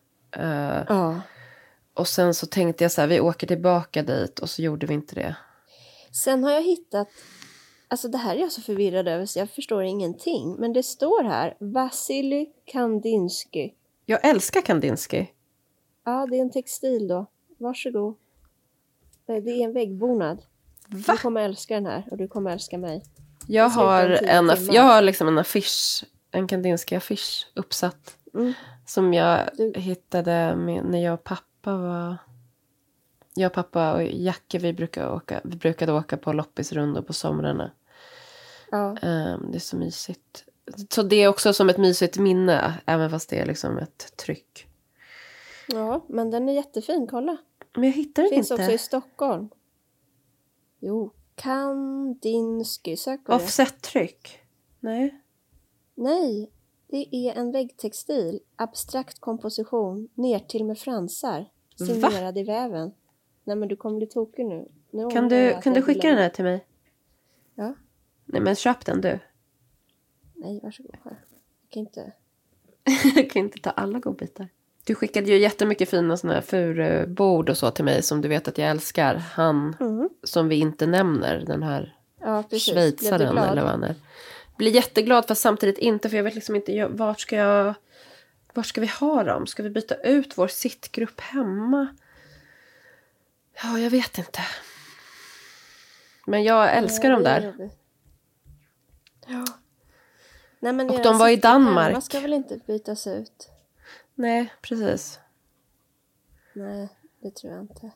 Och sen så tänkte jag så här, vi åker tillbaka dit. Och så gjorde vi inte det. Sen har jag hittat, alltså det här är jag så förvirrad över så jag förstår ingenting. Men det står här, Vasilij Kandinsky. Jag älskar Kandinsky. Ja, det är en textil då. Varsågod. Det är en väggbonad. Va? Du kommer älska den här och du kommer älska mig. Jag har liksom en affisch, en Kandinsky-affisch uppsatt. Som jag hittade när jag och pappa var... Jag, pappa och Jacke, vi brukade åka på loppisrundor på somrarna. Ja. Det är så mysigt. Så det är också som ett mysigt minne, även fast det är liksom ett tryck. Ja, men den är jättefin, kolla. Men jag hittar den inte. Finns också i Stockholm. Jo, Kandinsky, sök på det. Offset-tryck? Nej. Nej, det är en väggtextil. Abstrakt komposition, ner till med fransar. Signerad i väven. Nej, men du kommer bli tokig nu. Kan du skicka den här till mig? Ja. Nej, men köp den du. Nej, varsågod. Jag kan inte... Jag kan inte ta alla godbitar. Du skickade ju jättemycket fina såna här furubord och så till mig som du vet att jag älskar. Han som vi inte nämner, den här schweizaren eller vad han är. Blir jätteglad fast samtidigt inte, för jag vet liksom inte var ska vi ha dem? Ska vi byta ut vår sittgrupp hemma? Ja, jag vet inte. Men jag älskar dem där. Ja. Nej, men och de var i Danmark. Man ska väl inte bytas ut? Nej, precis. Nej, det tror jag inte.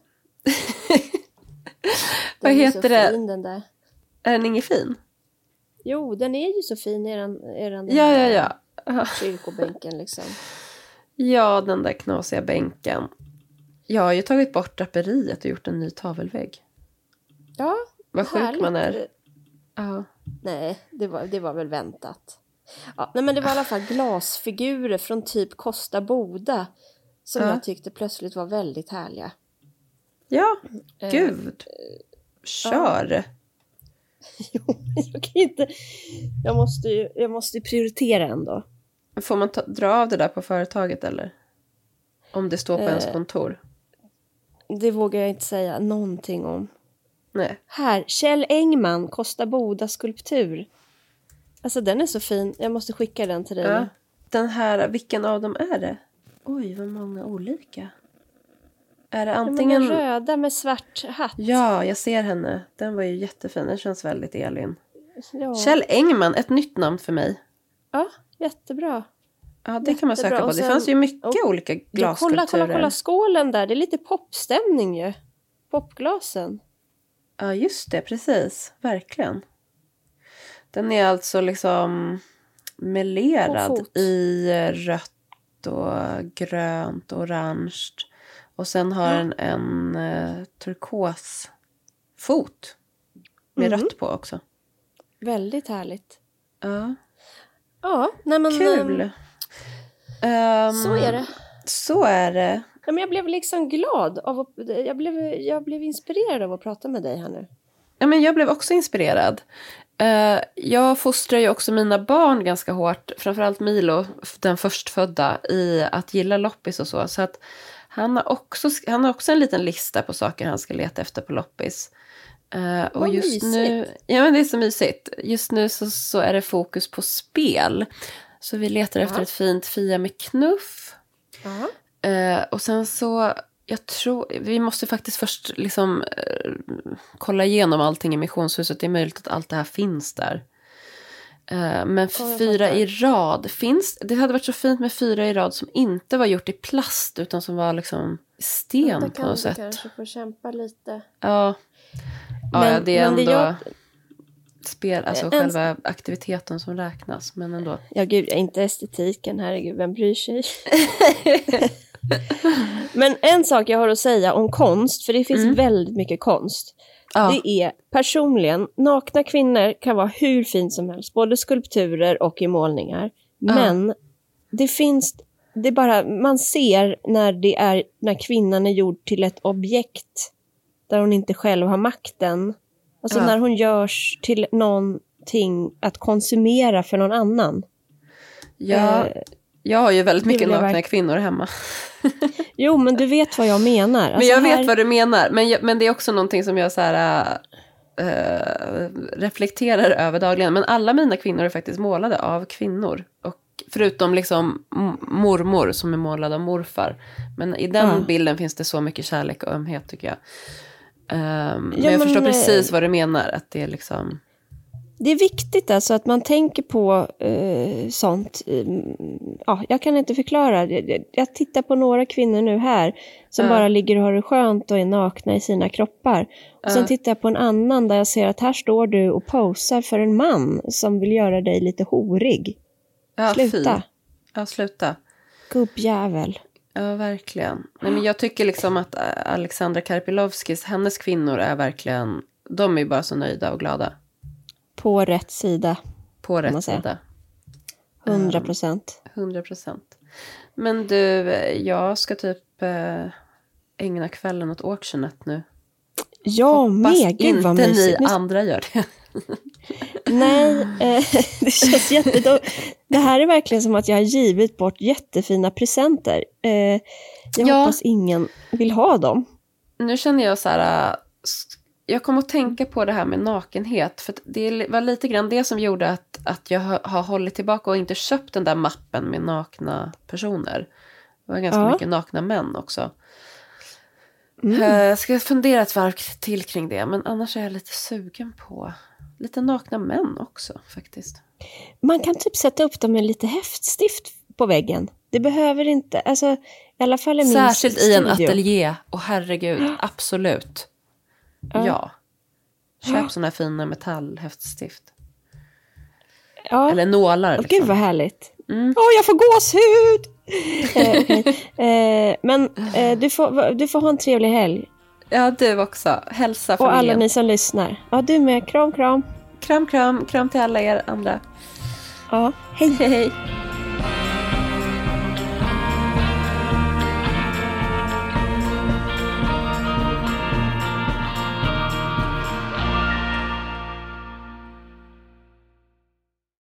Vad heter det? Fin, den där. Är den ingen fin? Jo, den är ju så fin. Ja. Kyrkobänken liksom. Ja, den där knasiga bänken. Jag har ju tagit bort draperiet och gjort en ny tavelvägg. Ja, vad sjuk man är. Ja. Nej, det var väl väntat. Ja, nej, men det var i alla fall glasfigurer från typ Kosta Boda som jag tyckte plötsligt var väldigt härliga. Ja, gud. Kör. Jo, jag kan inte... Jag måste prioritera ändå. Får man dra av det där på företaget eller? Om det står på ens kontor? Det vågar jag inte säga någonting om. Nej. Här, Kjell Engman, Kosta Boda skulptur. Alltså den är så fin. Jag måste skicka den till dig. Ja. Den här, vilken av dem är det? Oj, vad många olika. Är det antingen... Den röda med svart hatt. Ja, jag ser henne. Den var ju jättefin. Den känns väldigt Elin. Ja. Kjell Engman, ett nytt namn för mig. Ja, jättebra. Ja, det kan man söka på. Det fanns ju mycket olika glasskulpturer. Kolla skålen där. Det är lite popstämning ju. Popglasen. Ja, just det. Precis. Verkligen. Den är alltså liksom melerad i rött och grönt och orange. Och sen har den en turkos fot med rött på också. Väldigt härligt. Ja. Ja, nej men... Kul. Så är det. Så är det. Ja, men jag blev liksom glad av att... Jag blev inspirerad av att prata med dig här nu. Ja, men jag blev också inspirerad. Jag fostrar ju också mina barn ganska hårt. Framförallt Milo, den förstfödda, i att gilla loppis och så. Så att han har också en liten lista på saker han ska leta efter på loppis. Och just nu... Ja, men det är så mysigt. Just nu så är det fokus på spel. Så vi letar efter ett fint Fia med knuff. Och sen så... Jag tror... Vi måste faktiskt först liksom kolla igenom allting i missionshuset. Det är möjligt att allt det här finns där. Men 4 i rad finns... Det hade varit så fint med 4 i rad som inte var gjort i plast utan som var liksom sten på något sätt. Kanske får kämpa lite. Ja. Ja, det är ändå spel, alltså själva aktiviteten som räknas, men ändå. Ja, gud, inte estetiken, herregud, vem bryr sig? Men en sak jag har att säga om konst, för det finns väldigt mycket konst. Det är personligen, nakna kvinnor kan vara hur fint som helst, både skulpturer och i målningar. Men det finns, det är bara, man ser när kvinnan är gjord till ett objekt där hon inte själv har makten. Alltså när hon görs till någonting att konsumera för någon annan. Ja, jag har ju väldigt mycket nakna kvinnor hemma. Jo, men du vet vad jag menar. Alltså men jag vet vad du menar. Men det är också någonting som jag så här, reflekterar över dagligen. Men alla mina kvinnor är faktiskt målade av kvinnor. Och förutom liksom mormor som är målad av morfar. Men i den bilden finns det så mycket kärlek och ömhet, tycker jag. Men jag förstår precis vad du menar. Att det är liksom... Det är viktigt alltså att man tänker på sånt. Jag kan inte förklara. Jag tittar på några kvinnor nu här som bara ligger och har det skönt och är nakna i sina kroppar. Och sen tittar jag på en annan där jag ser att här står du och posar för en man som vill göra dig lite horig. Ja, sluta. Fy. Ja, sluta. Gubbjävel. Ja, verkligen. Nej, men jag tycker liksom att Alexandra Karpilovskis, hennes kvinnor är verkligen, de är ju bara så nöjda och glada. På rätt sida. På rätt sida. 100%. 100%. Men du, jag ska typ ägna kvällen åt auctionet nu. Ja, med. Gud vad mysigt. Inte ni andra gör det. Nej, det känns det här är verkligen som att jag har givit bort jättefina presenter. Jag hoppas ingen vill ha dem. Nu känner jag så här... Jag kom att tänka på det här med nakenhet. För det var lite grann det som gjorde att jag har hållit tillbaka och inte köpt den där mappen med nakna personer. Det var ganska mycket nakna män också. Ska jag fundera ett varv till kring det. Men annars är jag lite sugen på lite nakna män också faktiskt. Man kan typ sätta upp dem med lite häftstift på väggen. Det behöver inte, alltså i alla fall i min särskilt studio. I en ateljé. Och herregud, absolut. Ja. Köp såna här fina metallhäftstift. Ja. Eller nålar. Liksom. Gud vad härligt. Jag får gåshud! Men du får ha en trevlig helg. Ja, du också. Hälsa familjen. Och alla ni som lyssnar. Ja, du med. Kram, kram. Kram till alla er andra. Ja, hej. Hej.